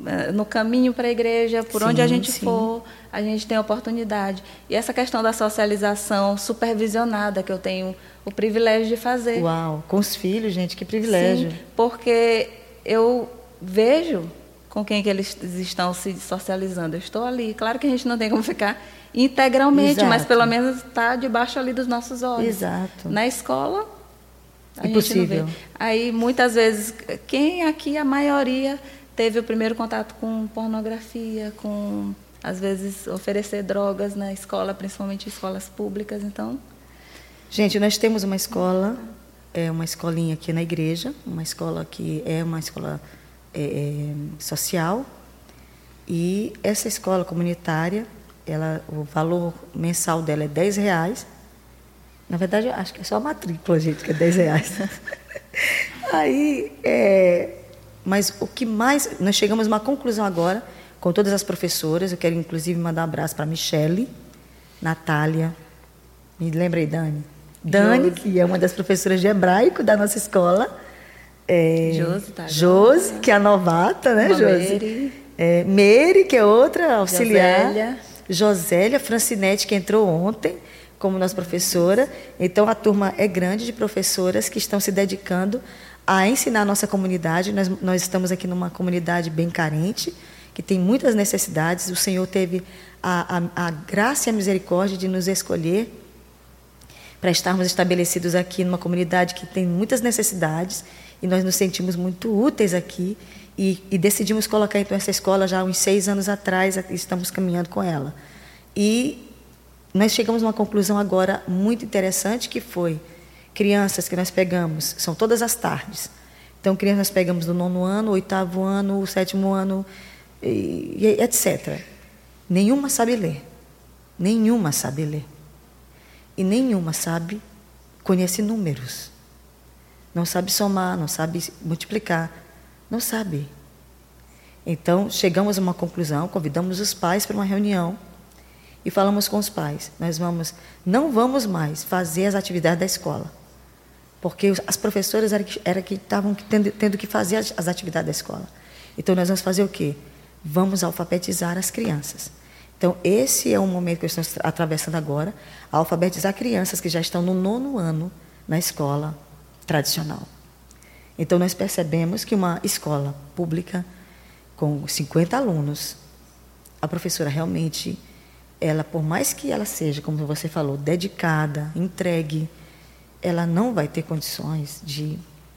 no caminho para a igreja, por Sim, onde a gente sim. for, a gente tem oportunidade. E essa questão da socialização supervisionada, que eu tenho o privilégio de fazer. Uau, com os filhos, gente, que privilégio. Sim, porque eu vejo com quem que eles estão se socializando. Eu estou ali. Claro que a gente não tem como ficar integralmente, Exato. mas pelo menos está debaixo ali dos nossos olhos. Exato. Na escola, a Impossível. gente não vê. Aí, muitas vezes, quem aqui, a maioria, teve o primeiro contato com pornografia, com, às vezes, oferecer drogas na escola, principalmente escolas públicas. Então, Gente, nós temos uma escola, é uma escolinha aqui na igreja, uma escola que é uma escola é, é, social, e essa escola comunitária, ela, o valor mensal dela é dez reais. Na verdade, eu acho que é só a matrícula, gente, que é dez reais. Aí, é, mas o que mais... Nós chegamos a uma conclusão agora, com todas as professoras, eu quero inclusive mandar um abraço para a Michele, Natália, me lembra aí, Dani? Dani, Josi. que é uma das professoras de hebraico da nossa escola. É, Josi, tá? Josi, que é a novata, né, Uma Josi? Mary. É, Mary, que é outra auxiliar. Josélia. Josélia, Francinete, que entrou ontem como nossa professora. Então, a turma é grande de professoras que estão se dedicando a ensinar a nossa comunidade. Nós, nós estamos aqui numa comunidade bem carente, que tem muitas necessidades. O Senhor teve a, a, a graça e a misericórdia de nos escolher para estarmos estabelecidos aqui numa comunidade que tem muitas necessidades, e nós nos sentimos muito úteis aqui, e, e decidimos colocar então essa escola já há uns seis anos atrás, estamos caminhando com ela. E nós chegamos a uma conclusão agora muito interessante, que foi crianças que nós pegamos, são todas as tardes. Então, crianças nós pegamos do nono ano, oitavo ano, o sétimo ano, e, e etcétera. Nenhuma sabe ler. Nenhuma sabe ler. E nenhuma sabe, conhece números. Não sabe somar, não sabe multiplicar. Não sabe. Então, chegamos a uma conclusão, convidamos os pais para uma reunião e falamos com os pais. Nós vamos, não vamos mais fazer as atividades da escola, porque as professoras eram que, era que estavam tendo, tendo que fazer as, as atividades da escola. Então, nós vamos fazer o quê? Vamos alfabetizar as crianças. Então, esse é o momento que estamos atravessando agora, alfabetizar crianças que já estão no nono ano na escola tradicional. Então, nós percebemos que uma escola pública com cinquenta alunos, a professora realmente, ela, por mais que ela seja, como você falou, dedicada, entregue, ela não vai ter condições de,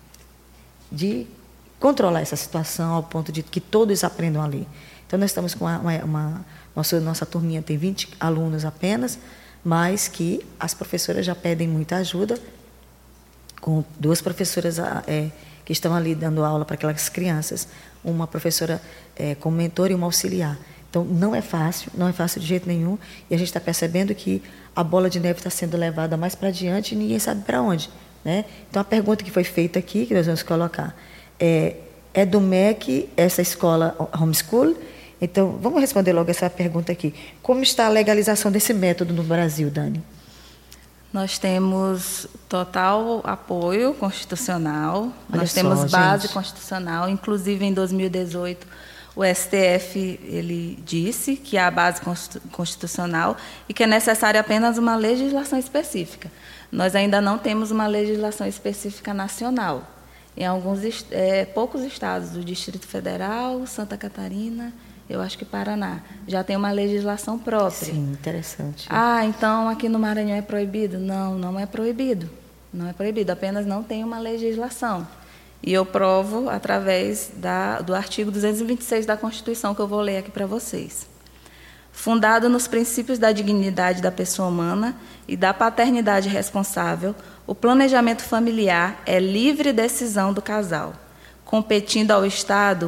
de controlar essa situação ao ponto de que todos aprendam ali. Então, nós estamos com uma... uma, uma nossa, nossa turminha tem vinte alunos apenas, mas que as professoras já pedem muita ajuda, com duas professoras é, que estão ali dando aula para aquelas crianças, uma professora é, como mentora e uma auxiliar. Então, não é fácil, não é fácil de jeito nenhum, e a gente está percebendo que a bola de neve está sendo levada mais para adiante e ninguém sabe para onde, né? Então, a pergunta que foi feita aqui, que nós vamos colocar, é, é do M E C, essa escola homeschool? Então, vamos responder logo essa pergunta aqui. Como está a legalização desse método no Brasil, Dani? Nós temos total apoio constitucional, Olha nós só, temos base gente. constitucional, inclusive em dois mil e dezoito o S T F ele disse que há base constitucional e que é necessária apenas uma legislação específica. Nós ainda não temos uma legislação específica nacional. Em alguns é, poucos estados, o Distrito Federal, Santa Catarina, eu acho que Paraná, já tem uma legislação própria. Sim, interessante. Ah, então aqui no Maranhão é proibido? Não, não é proibido. Não é proibido, apenas não tem uma legislação. E eu provo através da, do artigo duzentos e vinte e seis da Constituição, que eu vou ler aqui para vocês. Fundado nos princípios da dignidade da pessoa humana e da paternidade responsável, o planejamento familiar é livre decisão do casal, competindo ao Estado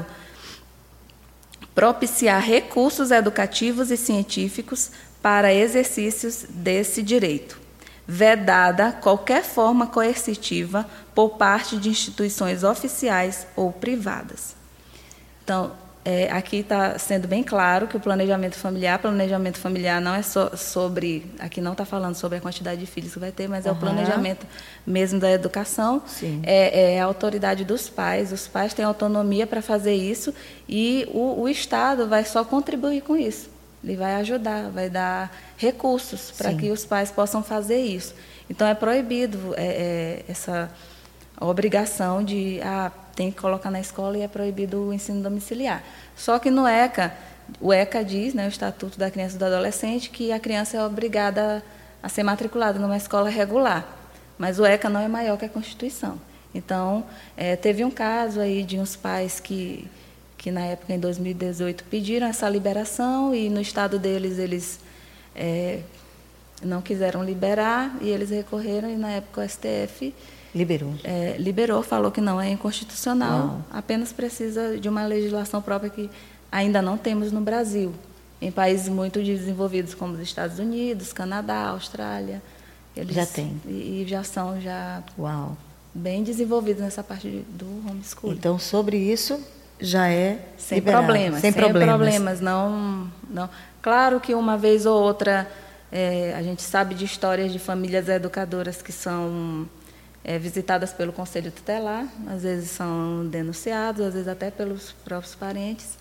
propiciar recursos educativos e científicos para exercícios desse direito, vedada qualquer forma coercitiva por parte de instituições oficiais ou privadas. Então, é, aqui está sendo bem claro que o planejamento familiar, planejamento familiar não é só sobre, aqui não está falando sobre a quantidade de filhos que vai ter, mas uhum. é o planejamento mesmo da educação. Sim. É, é a autoridade dos pais, os pais têm autonomia para fazer isso e o, o Estado vai só contribuir com isso. Ele vai ajudar, vai dar recursos para que os pais possam fazer isso. Então, é proibido é, é, essa obrigação de, ah, tem que colocar na escola e é proibido o ensino domiciliar. Só que no ECA, o ECA diz, né, o Estatuto da Criança e do Adolescente, que a criança é obrigada a ser matriculada numa escola regular. Mas o ECA não é maior que a Constituição. Então, é, teve um caso aí de uns pais que... que na época, em dois mil e dezoito, pediram essa liberação e no estado deles, eles é, não quiseram liberar e eles recorreram e, na época, o S T F liberou, é, liberou falou que não é inconstitucional, Uau. apenas precisa de uma legislação própria que ainda não temos no Brasil. Em países muito desenvolvidos, como os Estados Unidos, Canadá, Austrália, eles já tem. E, e já são já Uau. bem desenvolvidos nessa parte de, do homeschooling. Então, sobre isso... já é sem liberado. problemas, sem, sem problemas. problemas, não, não. Claro que uma vez ou outra é, a gente sabe de histórias de famílias educadoras que são é, visitadas pelo Conselho Tutelar, às vezes são denunciados, às vezes até pelos próprios parentes,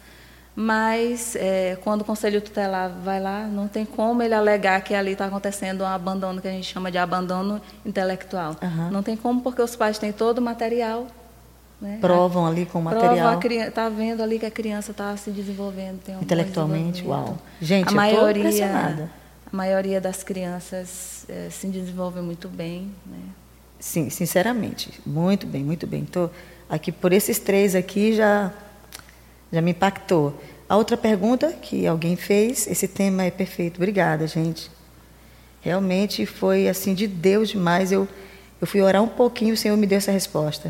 mas é, quando o Conselho Tutelar vai lá, não tem como ele alegar que ali está acontecendo um abandono que a gente chama de abandono intelectual. Uhum. Não tem como, porque os pais têm todo o material. Né? Provam ali com o material. Está vendo ali que a criança está se desenvolvendo. Tem um intelectualmente, uau. Gente, a eu maioria, estou impressionada. A maioria das crianças é, se desenvolve muito bem. Né? Sim, sinceramente, muito bem, muito bem. Estou aqui, por esses três aqui, já, já me impactou. A outra pergunta que alguém fez, esse tema é perfeito. Obrigada, gente. Realmente foi assim de Deus demais. Eu, eu fui orar um pouquinho, o Senhor me deu essa resposta.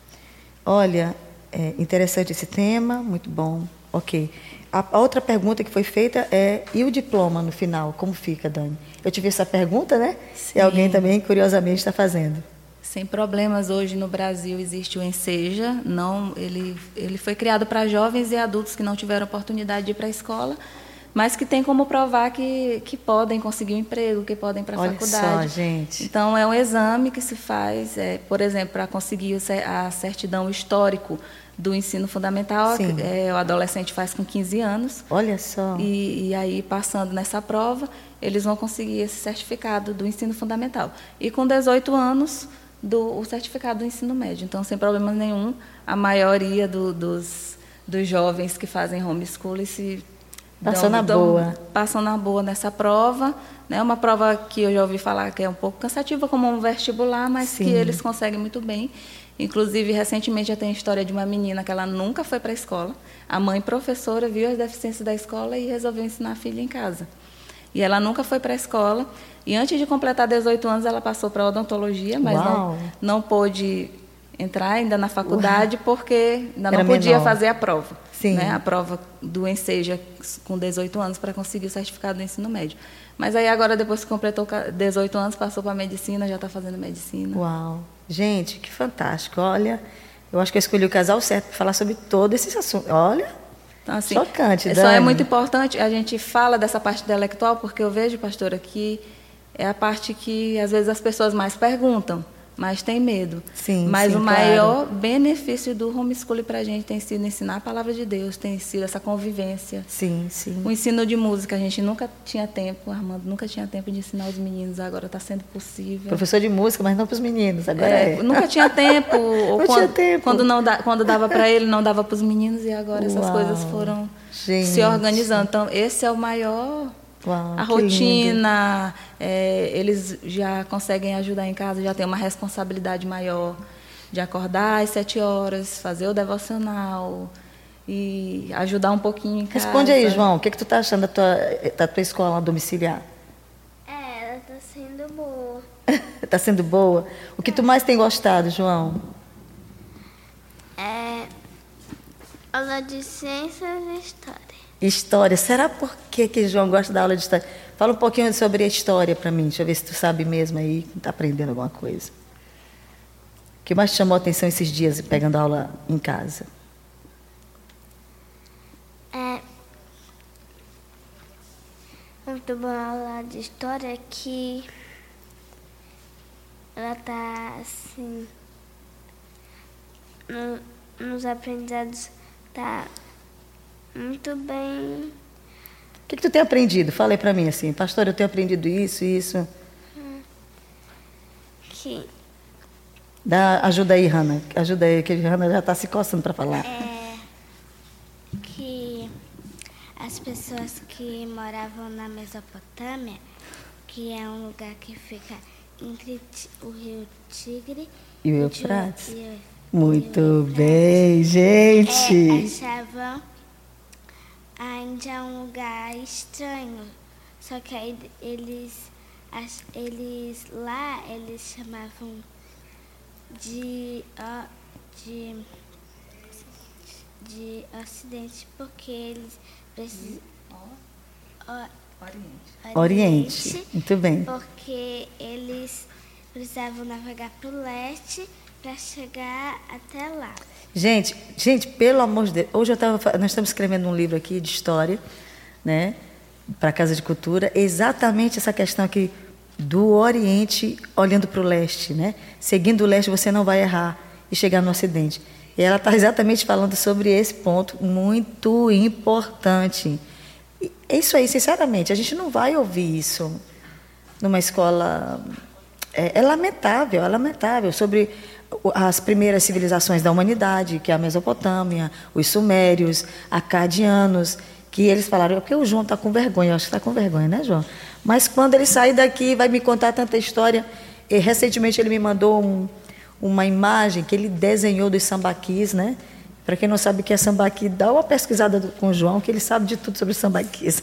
Olha, é interessante esse tema, muito bom. Ok. A, a outra pergunta que foi feita é, e o diploma no final, como fica, Dani? Eu tive essa pergunta, né? Sim. E alguém também, curiosamente, está fazendo. Sem problemas, hoje no Brasil existe o Enseja. Não, ele, ele foi criado para jovens e adultos que não tiveram oportunidade de ir para a escola, mas que tem como provar que, que podem conseguir um emprego, que podem ir para a faculdade. Olha só, gente. Então, é um exame que se faz, é, por exemplo, para conseguir a certidão histórico do ensino fundamental, que, é, o adolescente faz com quinze anos. Olha só. E, e aí, passando nessa prova, eles vão conseguir esse certificado do ensino fundamental. E com dezoito anos, do, o certificado do ensino médio. Então, sem problema nenhum, a maioria do, dos, dos jovens que fazem homeschooling se... Passou na boa. Passam na boa nessa prova, né? Uma prova que eu já ouvi falar que é um pouco cansativa, como um vestibular, mas Sim. que eles conseguem muito bem. Inclusive, recentemente já tem a história de uma menina que ela nunca foi para a escola. A mãe professora viu as deficiências da escola e resolveu ensinar a filha em casa. E ela nunca foi para a escola. E antes de completar dezoito anos, ela passou para a odontologia, mas não, não pôde entrar ainda na faculdade, Uau. porque ainda não Era podia menor. fazer a prova. Sim. Né? A prova do Enseja com dezoito anos para conseguir o certificado do ensino médio. Mas aí agora, depois que completou dezoito anos, passou para a medicina, já está fazendo medicina. Uau! Gente, que fantástico. Olha, eu acho que eu escolhi o casal certo para falar sobre todo esse assunto. Olha, então, assim, chocante, Dani. Só é muito importante, a gente fala dessa parte intelectual, porque eu vejo, pastora, que é a parte que às vezes as pessoas mais perguntam, mas tem medo. Sim, mas sim, o maior claro. benefício do homeschooling para a gente tem sido ensinar a palavra de Deus, tem sido essa convivência. Sim, sim. O ensino de música, a gente nunca tinha tempo, Armando nunca tinha tempo de ensinar os meninos, agora está sendo possível. Professor de música, mas não para os meninos, agora é. é. Nunca tinha tempo. ou não quando, tinha tempo. Quando, não da, quando dava para ele, não dava para os meninos, e agora Uau. essas coisas foram gente. se organizando. Então, esse é o maior... Uau, a rotina, é, eles já conseguem ajudar em casa, já tem uma responsabilidade maior de acordar às sete horas, fazer o devocional e ajudar um pouquinho em casa. Responde aí, João, o que, que tu está achando da tua, da tua escola domiciliar? É, ela está sendo boa. Está sendo boa? O que tu mais tem gostado, João? É aula de ciências e história. História. Será por que que João gosta da aula de história? Fala um pouquinho sobre a história para mim. Deixa eu ver se tu sabe mesmo aí, está aprendendo alguma coisa. O que mais te chamou a atenção esses dias pegando aula em casa? muito bom a aula de história que ela tá assim no, nos aprendizados tá muito bem. O que, que tu tem aprendido? Fala aí pra mim assim, pastor, eu tenho aprendido isso, isso. Que Dá, ajuda aí, Hannah. Ajuda aí, que a Hannah já está se coçando para falar. é que as pessoas que moravam na Mesopotâmia, que é um lugar que fica entre Ti- o rio Tigre E o Ju- Eufrates? e o- Muito e o Eufrates, bem, é, gente. achavam a Índia um lugar estranho. Só que aí eles, ach- eles lá eles chamavam de, ó, de, de Ocidente porque eles precisam. Oriente. Muito bem. Porque eles precisavam navegar para o leste para chegar até lá. Gente, gente, pelo amor de Deus, hoje eu tava, fa- nós estamos escrevendo um livro aqui de história, né, para a Casa de Cultura, exatamente essa questão aqui do Oriente olhando para o leste, né? Seguindo o leste você não vai errar e chegar no Ocidente. E ela está exatamente falando sobre esse ponto muito importante. E é isso aí, sinceramente, a gente não vai ouvir isso numa escola. É, é lamentável, é lamentável, sobre o- as primeiras civilizações da humanidade, que é a Mesopotâmia, os sumérios, acadianos, que eles falaram, porque o João está com vergonha, eu acho que está com vergonha, né, João? Mas quando ele sair daqui, vai me contar tanta história. E, recentemente ele me mandou um, uma imagem que ele desenhou dos sambaquis, né? Para quem não sabe o que é sambaqui, dá uma pesquisada do- com o João, que ele sabe de tudo sobre sambaquis.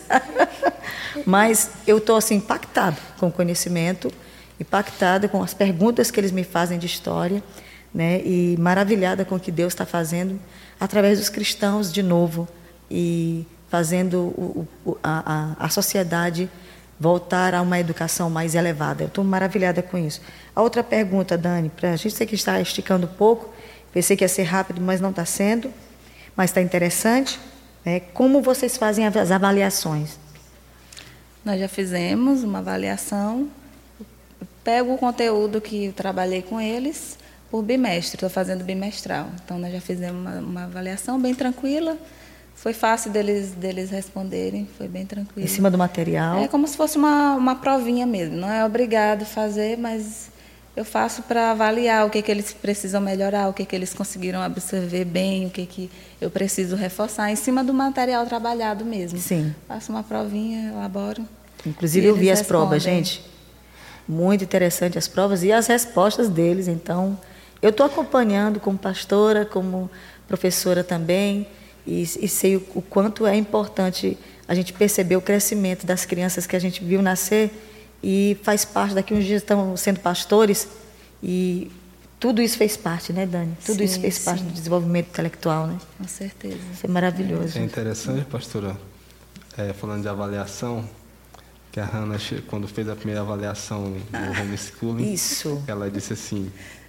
Mas eu estou assim, impactada com o conhecimento, impactada com as perguntas que eles me fazem de história, né? E maravilhada com o que Deus está fazendo através dos cristãos de novo e fazendo o, o, a, a, a sociedade voltar a uma educação mais elevada. Eu estou maravilhada com isso. A outra pergunta, Dani, para a gente, sei que está esticando um pouco, pensei que ia ser rápido, mas não está sendo, mas está interessante, né? Como vocês fazem as avaliações? Nós já fizemos uma avaliação. Eu pego o conteúdo que eu trabalhei com eles por bimestre, estou fazendo bimestral. Então, nós já fizemos uma, uma avaliação bem tranquila. Foi fácil deles, deles responderem, foi bem tranquilo. Em cima do material? É como se fosse uma, uma provinha mesmo. Não é obrigado fazer, mas eu faço para avaliar o que, que eles precisam melhorar, o que, que eles conseguiram absorver bem, o que, que eu preciso reforçar, em cima do material trabalhado mesmo. Sim. Faço uma provinha, elaboro. Inclusive, e eu vi eles as provas, respondem. gente. Muito interessante as provas e as respostas deles. Então, eu estou acompanhando como pastora, como professora também, e, e sei o, o quanto é importante a gente perceber o crescimento das crianças que a gente viu nascer e faz parte, daqui uns dias estão sendo pastores e tudo isso fez parte, né, Dani? Tudo Sim, isso fez parte sim. do desenvolvimento intelectual, né? Com certeza. Isso é maravilhoso. É interessante, pastora, é, falando de avaliação, que a Hannah, che- quando fez a primeira avaliação no homeschooling, Isso. ela disse assim,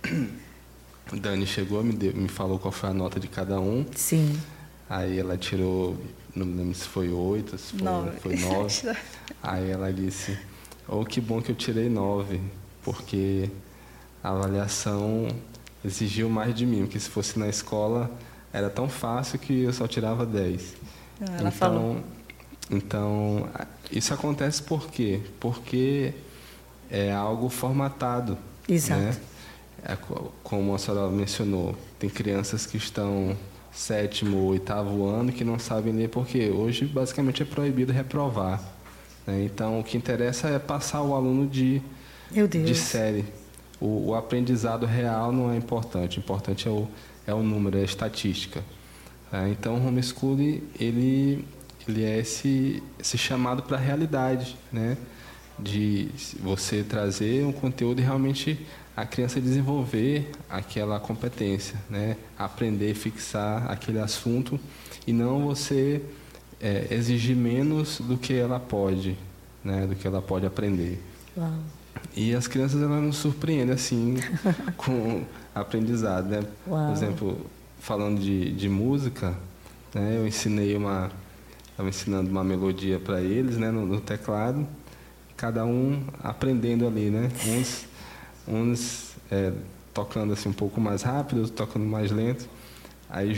Dani chegou, me, deu, me falou qual foi a nota de cada um, Sim. aí ela tirou, não me lembro se foi oito, se foi Nove. foi nove, aí ela disse, oh, que bom que eu tirei nove, porque a avaliação exigiu mais de mim, porque se fosse na escola era tão fácil que eu só tirava dez. Ela então, falou. Então, a- isso acontece por quê? Porque é algo formatado. Exato. Né? É co- como a senhora mencionou, tem crianças que estão sétimo ou oitavo ano que não sabem ler, porque hoje basicamente é proibido reprovar. Né? Então, o que interessa é passar o aluno de, Meu Deus. de série. O, o aprendizado real não é importante, o importante é o, é o número, é a estatística. Tá? Então, o homeschooling, ele, ele é esse, esse chamado para a realidade, né? De você trazer um conteúdo e realmente a criança desenvolver aquela competência, né? Aprender, fixar aquele assunto e não você é, exigir menos do que ela pode, né? Do que ela pode aprender. Uau. E as crianças, elas nos surpreendem, assim, com aprendizado, né? Uau. Por exemplo, falando de, de música, né? Eu ensinei uma, estava ensinando uma melodia para eles, né, no, no teclado, cada um aprendendo ali, né, uns, uns é, tocando assim um pouco mais rápido, outros tocando mais lento. Aí,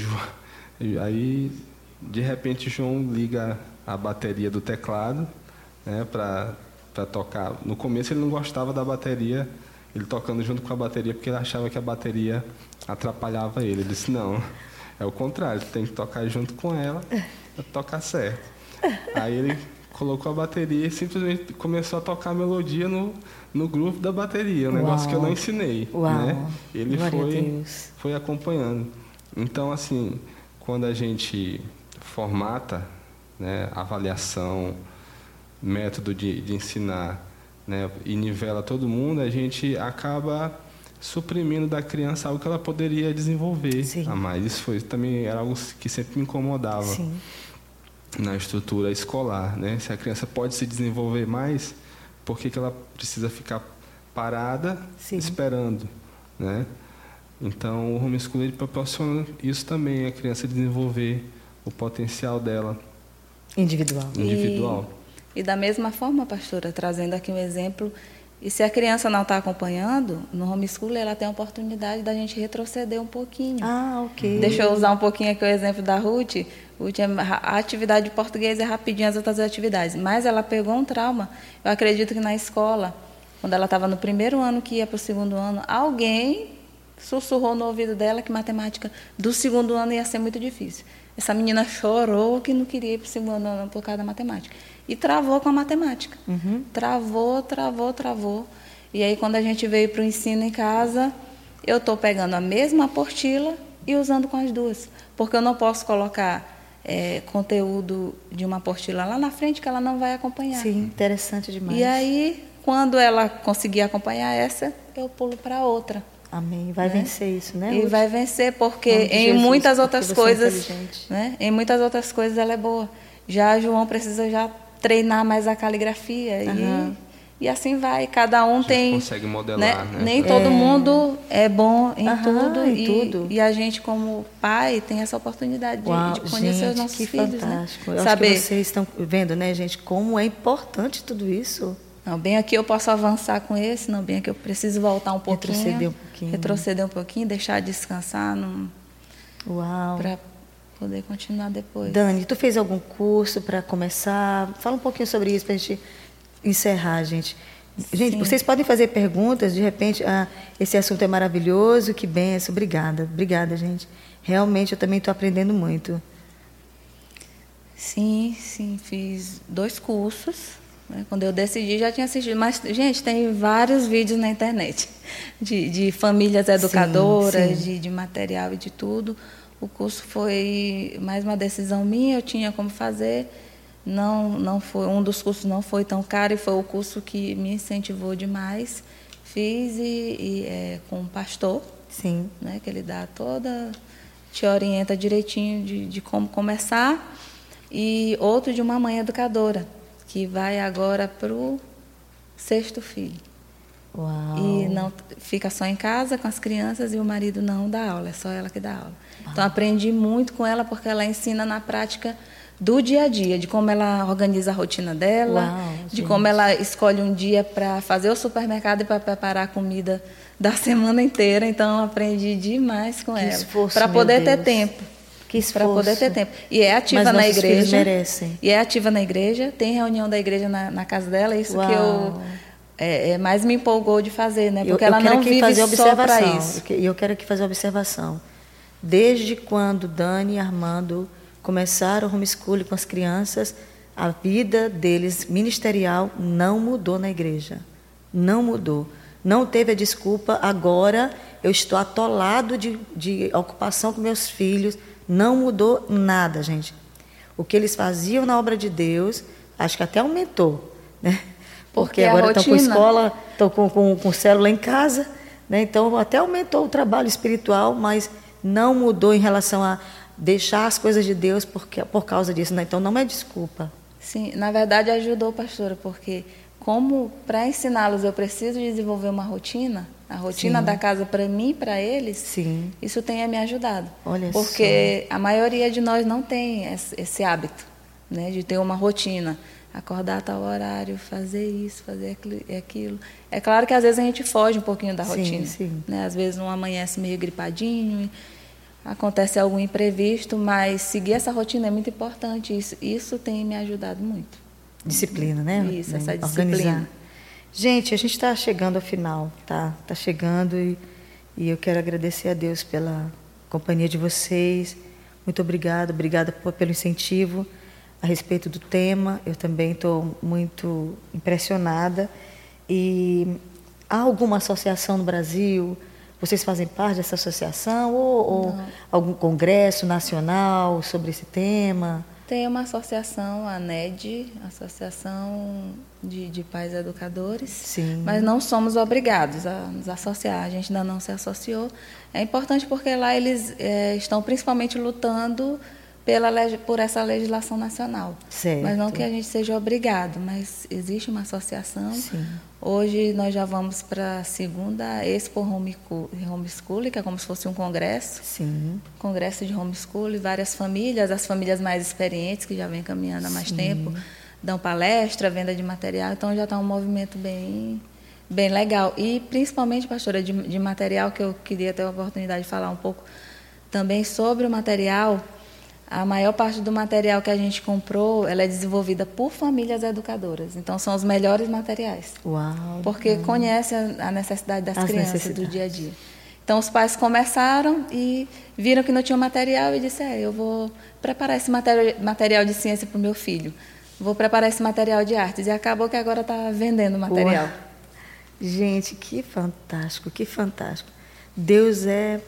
aí de repente João liga a bateria do teclado, né, para para tocar. No começo ele não gostava da bateria, ele tocando junto com a bateria, porque ele achava que a bateria atrapalhava ele. Ele disse, não, é o contrário, tu tem que tocar junto com ela para tocar certo. Aí ele colocou a bateria e simplesmente começou a tocar a melodia no, no groove da bateria, um Uau. negócio que eu não ensinei. Uau. Né? Ele foi, foi, foi acompanhando. Então, assim, quando a gente formata, né, avaliação, método de, de ensinar, né, e nivela todo mundo, a gente acaba suprimindo da criança algo que ela poderia desenvolver Sim. a mais. Isso foi, também era algo que sempre me incomodava. Sim. Na estrutura escolar, né? Se a criança pode se desenvolver mais, por que que ela precisa ficar parada, Sim. esperando, né? Então, o homeschooling proporciona isso também, a criança desenvolver o potencial dela. Individual. Individual. E, e da mesma forma, pastora, trazendo aqui um exemplo, e se a criança não está acompanhando, no homeschooling ela tem a oportunidade da gente retroceder um pouquinho. Ah, ok. Deixa eu usar um pouquinho aqui o exemplo da Ruth. Ruth, a atividade de português é rapidinho as outras atividades, mas ela pegou um trauma. Eu acredito que na escola, quando ela estava no primeiro ano que ia para o segundo ano, alguém sussurrou no ouvido dela que matemática do segundo ano ia ser muito difícil. Essa menina chorou que não queria ir para o segundo ano por causa da matemática. E travou com a matemática. Uhum. Travou, travou, travou. E aí, quando a gente veio para o ensino em casa, eu estou pegando a mesma apostila e usando com as duas. Porque eu não posso colocar é, conteúdo de uma apostila lá na frente que ela não vai acompanhar. Sim, interessante demais. E aí, quando ela conseguir acompanhar essa, eu pulo para outra. Amém. Vai né? vencer isso, né? E Ruth? vai vencer porque em Jesus, muitas porque outras você é coisas, inteligente. né? Em muitas outras coisas ela é boa. Já João precisa já treinar mais a caligrafia Uhum. e, e assim vai. Cada um A gente tem. consegue modelar, né? né? Nem todo É. mundo é bom em Aham, tudo, em e, tudo. e a gente como pai tem essa oportunidade de, Uau, de conhecer gente, os nossos que filhos, fantástico. né? Eu Saber. acho que vocês estão vendo, né, gente, como é importante tudo isso. Não, bem aqui eu posso avançar com esse, não, bem aqui eu preciso voltar um pouquinho. Retroceder um pouquinho. Retroceder um pouquinho, deixar descansar Uau. para poder continuar depois. Dani, tu fez algum curso para começar? Fala um pouquinho sobre isso para a gente encerrar, gente. Gente, Sim. vocês podem fazer perguntas, de repente, ah, esse assunto é maravilhoso, que benção, obrigada, obrigada, gente. Realmente eu também estou aprendendo muito. Sim, sim, fiz dois cursos. Né? Quando eu decidi, já tinha assistido. Mas, gente, tem vários vídeos na internet de, de famílias educadoras, Sim, sim. De, de material e de tudo. O curso foi mais uma decisão minha, eu tinha como fazer. Não, não foi, um dos cursos não foi tão caro e foi o curso que me incentivou demais. Fiz e, e é, com um pastor, Sim. né, que ele dá toda, te orienta direitinho de, de como começar. E outro de uma mãe educadora, que vai agora para o sexto filho. Uau. E não fica só em casa com as crianças e o marido não dá aula, é só ela que dá aula. Uau. Então aprendi muito com ela porque ela ensina na prática do dia a dia, de como ela organiza a rotina dela, Uau, de gente. como ela escolhe um dia para fazer o supermercado e para preparar a comida da semana inteira. Então aprendi demais com Que ela, esforço, para meu poder ter Deus. tempo. Que Para poder esforço. ter tempo. E é ativa Mas na nossos filhos igreja. merecem. E é ativa na igreja. Tem reunião da igreja na, na casa dela. Isso Uau. que eu é, é, mais me empolgou de fazer, né? Porque eu, eu ela quero não aqui vive fazer só para observação. isso. E eu quero aqui fazer uma observação. Desde quando Dani e Armando começaram o homeschooling com as crianças, a vida deles ministerial não mudou na igreja. Não mudou. Não teve a desculpa, agora eu estou atolado de, de ocupação com meus filhos. Não mudou nada, gente. O que eles faziam na obra de Deus, acho que até aumentou, né? Porque, Porque a agora estão com rotina- escola, estão com, com, com célula em casa, né? Então até aumentou o trabalho espiritual, mas não mudou em relação a deixar as coisas de Deus porque, por causa disso, né? Então não é desculpa. Sim, na verdade ajudou, pastora, porque como para ensiná-los eu preciso desenvolver uma rotina, a rotina Sim. da casa para mim e para eles, Sim. isso tem me ajudado. Olha porque a maioria de nós não tem esse, esse hábito. né, de ter uma rotina. Acordar a tal horário, fazer isso, fazer aquilo. É claro que às vezes a gente foge um pouquinho da rotina. Sim, sim. Né? Às vezes não amanhece meio gripadinho, acontece algum imprevisto, mas seguir essa rotina é muito importante. Isso, isso tem me ajudado muito. Disciplina, né? Isso, essa Organizar. disciplina. Gente, a gente está chegando ao final, tá? Está chegando e, e eu quero agradecer a Deus pela companhia de vocês. Muito obrigada, obrigada por, pelo incentivo a respeito do tema. Eu também estou muito impressionada. E há alguma associação no Brasil? Vocês fazem parte dessa associação? Ou, ou algum congresso nacional sobre esse tema? Tem uma associação, a N E D, Associação de, de Pais Educadores, Sim. Mas não somos obrigados a nos associar, a gente ainda não se associou. É importante porque lá eles é, estão principalmente lutando pela, por essa legislação nacional. Certo. Mas não que a gente seja obrigado, mas existe uma associação. Sim. Hoje nós já vamos para a segunda Expo Homeschooling, que é como se fosse um congresso. Sim. Congresso de homeschooling, várias famílias, as famílias mais experientes, que já vêm caminhando há mais Sim. tempo, dão palestra, venda de material, então já está um movimento bem, bem legal. E principalmente, pastora, de, de material, que eu queria ter a oportunidade de falar um pouco também sobre o material. A maior parte do material que a gente comprou, ela é desenvolvida por famílias educadoras. Então, são os melhores materiais. Uau! Porque hum. conhece a necessidade das As crianças do dia a dia. Então, os pais começaram e viram que não tinha material e disseram, é, eu vou preparar esse material de ciência para o meu filho. Vou preparar esse material de artes. E acabou que agora está vendendo material. Uau. Gente, que fantástico, que fantástico. Deus é...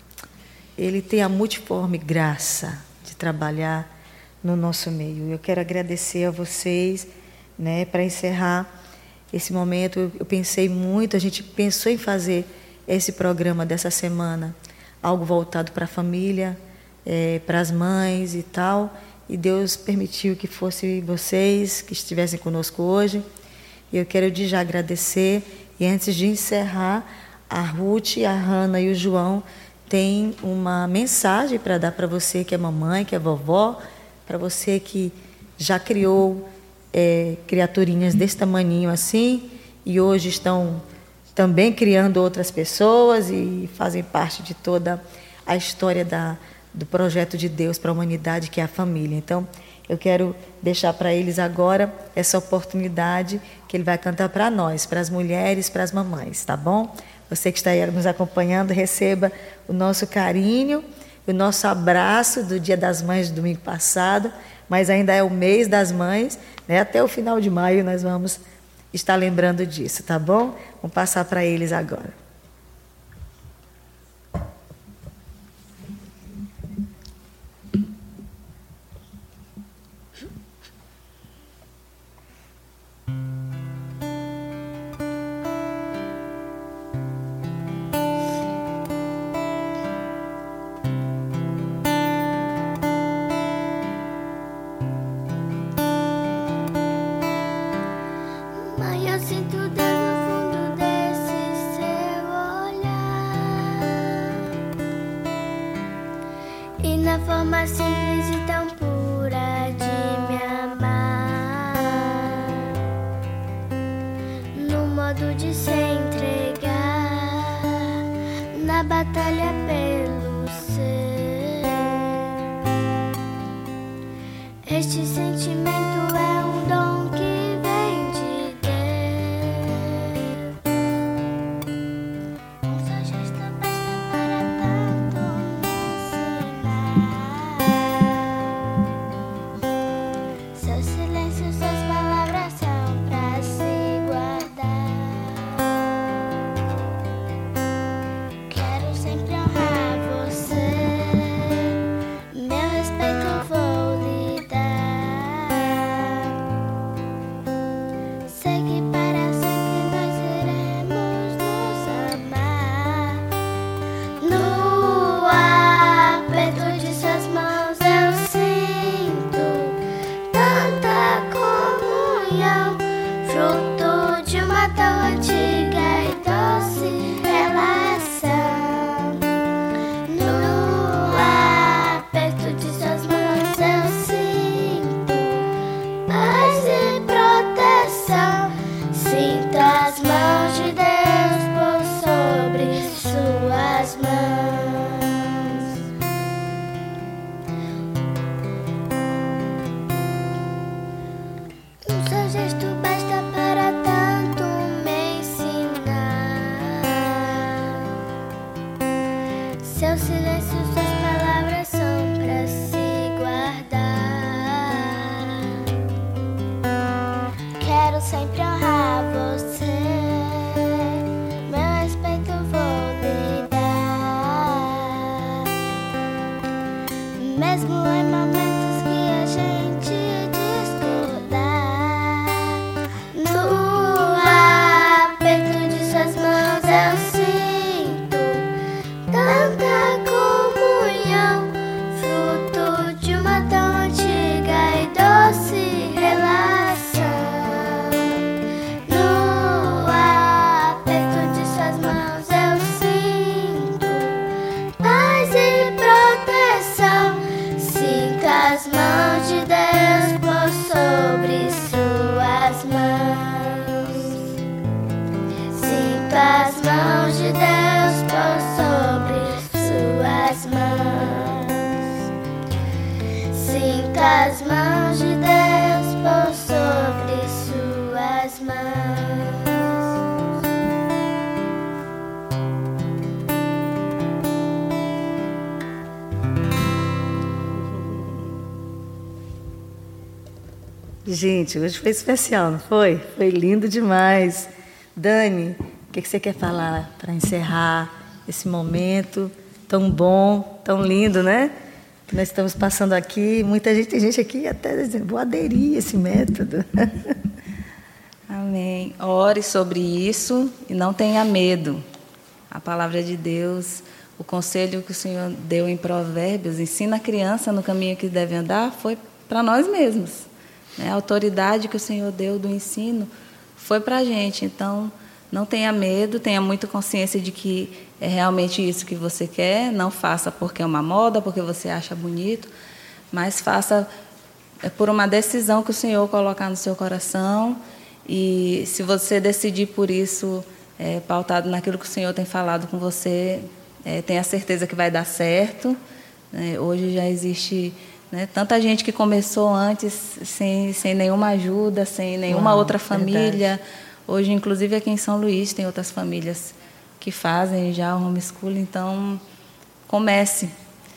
Ele tem a multiforme graça de trabalhar no nosso meio. Eu quero agradecer a vocês, né, para encerrar esse momento. Eu, eu pensei muito, a gente pensou em fazer esse programa dessa semana, algo voltado para a família, é, para as mães e tal, e Deus permitiu que fosse vocês que estivessem conosco hoje. E eu quero de já agradecer, e antes de encerrar, a Ruth, a Hanna e o João tem uma mensagem para dar para você que é mamãe, que é vovó, para você que já criou é, criaturinhas desse tamaninho assim e hoje estão também criando outras pessoas e fazem parte de toda a história da, do projeto de Deus para a humanidade, que é a família. Então, eu quero deixar para eles agora essa oportunidade que ele vai cantar para nós, para as mulheres, para as mamães, tá bom? Você que está aí nos acompanhando, receba o nosso carinho, o nosso abraço do Dia das Mães do domingo passado, mas ainda é o mês das mães, né? Até o final de maio nós vamos estar lembrando disso, tá bom? Vamos passar para eles agora. Forma simples e tão pura de me amar, no modo de se entregar na batalha pelo ser. Este sentimento é um dom que vem de Deus. Um só gesto basta para tanto me ensinar. Seu silêncio, suas palavras são pra se guardar. Quero sempre honrar você, meu respeito vou lhe dar. Sei que para sempre nós iremos nos amar. No aperto de suas mãos eu sinto tanta comunhão, fruto de uma tão antiga e doce relação. No aperto de suas mãos eu sinto sempre honrar você. Meu respeito vou lhe dar, mesmo em momentos que a gente discordar. No aperto de suas mãos eu sinto tanta comunhão, fruto de uma tão antiga e doce relação. No aperto de suas mãos eu sinto paz e proteção. Sinto as mãos de Deus por sobre suas mãos. Sinto as mãos de Deus por sobre suas mãos. Sinto as mãos de Deus por sobre suas mãos. Gente, hoje foi especial, não foi? Foi lindo demais. Dani, o que que você quer falar para encerrar esse momento tão bom, tão lindo, né? Que nós estamos passando aqui. Muita gente, tem gente aqui até dizendo, vou aderir a esse método. Amém. Ore sobre isso e não tenha medo. A palavra de Deus, o conselho que o Senhor deu em Provérbios, ensina a criança no caminho que deve andar, foi para nós mesmos. A autoridade que o Senhor deu do ensino foi para a gente. Então, não tenha medo, tenha muita consciência de que é realmente isso que você quer. Não faça porque é uma moda, porque você acha bonito, mas faça por uma decisão que o Senhor colocar no seu coração. E se você decidir por isso, é, pautado naquilo que o Senhor tem falado com você, é, tenha certeza que vai dar certo. É, hoje já existe... Né? Tanta gente que começou antes sem, sem nenhuma ajuda, sem nenhuma Uau, outra família. Verdade. Hoje, inclusive, aqui em São Luís, tem outras famílias que fazem já o homeschooling. Então, comece.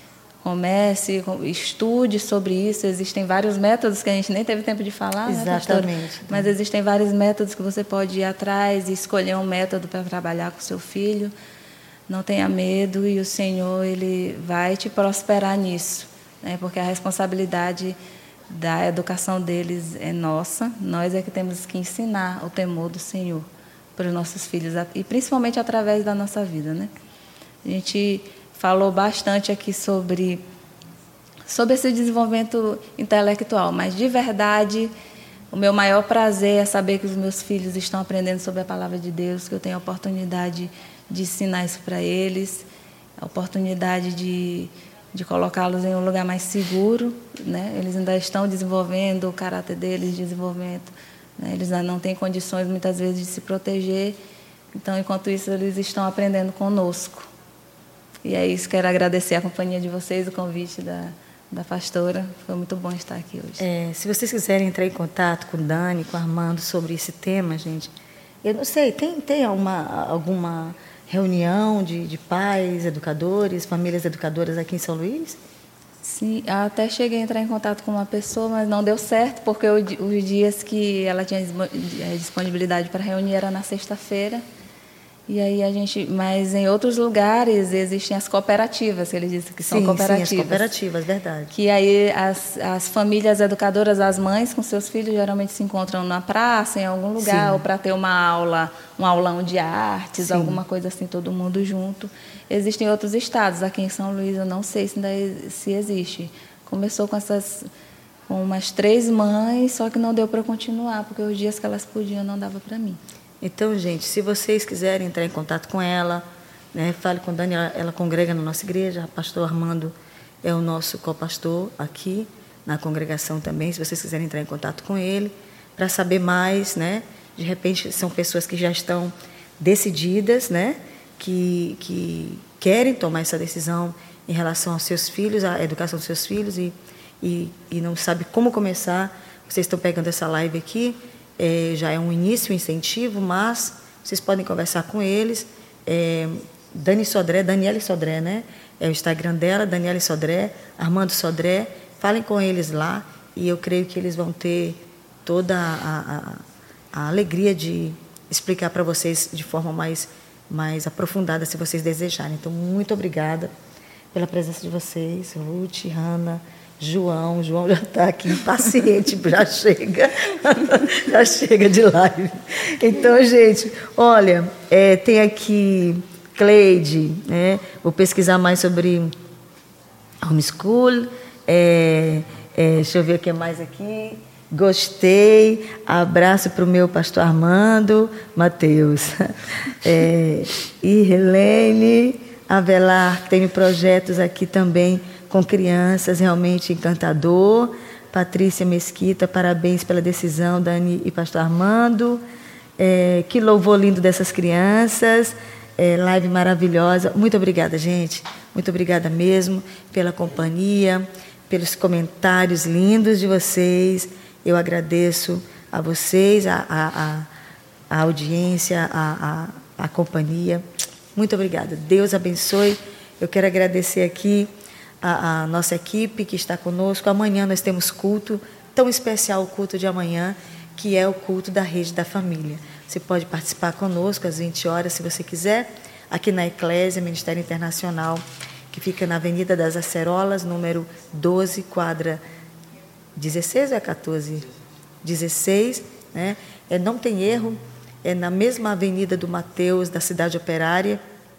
Comece, estude sobre isso. Existem vários métodos que a gente nem teve tempo de falar. Exatamente. Né, Mas existem vários métodos que você pode ir atrás e escolher um método para trabalhar com o seu filho. Não tenha medo e o Senhor ele vai te prosperar nisso. Né, porque a responsabilidade da educação deles é nossa. Nós é que temos que ensinar o temor do Senhor para os nossos filhos, e principalmente através da nossa vida. Né? A gente falou bastante aqui sobre, sobre esse desenvolvimento intelectual, mas, de verdade, o meu maior prazer é saber que os meus filhos estão aprendendo sobre a palavra de Deus, que eu tenho a oportunidade de ensinar isso para eles, a oportunidade de... de colocá-los em um lugar mais seguro, né? Eles ainda estão desenvolvendo o caráter deles, desenvolvimento, né? Eles ainda não têm condições, muitas vezes, de se proteger. Então, enquanto isso, eles estão aprendendo conosco. E é isso, quero agradecer a companhia de vocês, o convite da, da pastora. Foi muito bom estar aqui hoje. É, se vocês quiserem entrar em contato com o Dani, com o Armando, sobre esse tema, gente, eu não sei, tem, tem alguma... alguma reunião de, de pais, educadores, famílias educadoras aqui em São Luís? Sim, até cheguei a entrar em contato com uma pessoa, mas não deu certo, porque os dias que ela tinha disponibilidade para reunir era na sexta-feira. E aí a gente, mas em outros lugares existem as cooperativas, que eles dizem que são sim, cooperativas. Sim, as cooperativas, verdade. Que aí as, as famílias educadoras, as mães com seus filhos, geralmente se encontram na praça, em algum lugar, sim. ou para ter uma aula, um aulão de artes, sim. alguma coisa assim, todo mundo junto. Existem outros estados, aqui em São Luís, eu não sei se ainda se existe. Começou com essas, com umas três mães, só que não deu para continuar, porque os dias que elas podiam não dava para mim. Então, gente, se vocês quiserem entrar em contato com ela, né, fale com a Dani, ela, ela congrega na nossa igreja, o pastor Armando é o nosso co-pastor aqui na congregação também, se vocês quiserem entrar em contato com ele, para saber mais, né, de repente são pessoas que já estão decididas, né, que, que querem tomar essa decisão em relação aos seus filhos, à educação dos seus filhos, e, e, e não sabe como começar. Vocês estão pegando essa live aqui, É, já é um início, um incentivo, mas vocês podem conversar com eles. É, Dani Sodré, Daniele Sodré, né? É o Instagram dela, Daniele Sodré, Armando Sodré. Falem com eles lá e eu creio que eles vão ter toda a, a a alegria de explicar para vocês de forma mais, mais aprofundada, se vocês desejarem. Então, muito obrigada pela presença de vocês, Ruth, Hanna, João. João já está aqui impaciente, já chega, já chega de live. Então, gente, olha, é, tem aqui Cleide, né? Vou pesquisar mais sobre homeschool. É, é, deixa eu ver o que mais aqui. Gostei. Abraço para o meu pastor Armando Mateus. É, e Helene Avelar, tem projetos aqui também com crianças, realmente encantador. Patrícia Mesquita, parabéns pela decisão, Dani e pastor Armando. É, que louvor lindo dessas crianças. É, live maravilhosa. Muito obrigada, gente. Muito obrigada mesmo pela companhia, pelos comentários lindos de vocês. Eu agradeço a vocês, a, a, a, a audiência, a, a, a companhia. Muito obrigada. Deus abençoe. Eu quero agradecer aqui a, a nossa equipe que está conosco. Amanhã nós temos culto, tão especial o culto de amanhã, que é o culto da Rede da Família. Você pode participar conosco às vinte horas, se você quiser, aqui na Eclésia, Ministério Internacional, que fica na Avenida das Acerolas, número doze, quadra dezesseis ou é quatorze? dezesseis, né? É, não tem erro, é na mesma Avenida do Mateus, da Cidade Operária.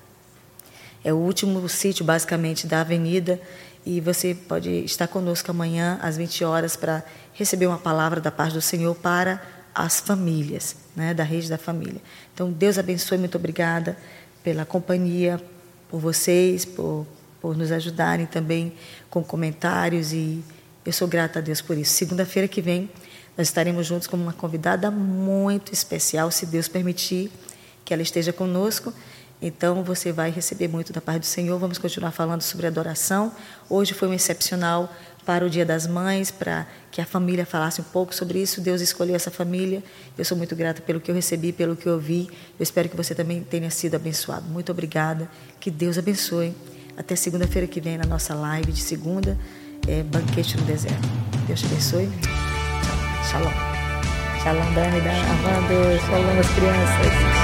É o último sítio, basicamente, da avenida. E você pode estar conosco amanhã, às vinte horas, para receber uma palavra da parte do Senhor para as famílias, né? Da Rede da Família. Então, Deus abençoe, muito obrigada pela companhia, por vocês, por, por nos ajudarem também com comentários, e eu sou grata a Deus por isso. Segunda-feira que vem, nós estaremos juntos com uma convidada muito especial, se Deus permitir que ela esteja conosco. Então, você vai receber muito da parte do Senhor. Vamos continuar falando sobre adoração. Hoje foi um excepcional para o Dia das Mães, para que a família falasse um pouco sobre isso. Deus escolheu essa família. Eu sou muito grata pelo que eu recebi, pelo que eu ouvi. Eu espero que você também tenha sido abençoado. Muito obrigada. Que Deus abençoe. Até segunda-feira que vem, na nossa live de segunda, é Banquete no Deserto. Deus te abençoe. Shalom. Shalom, Dani, Armando. Shalom, as crianças.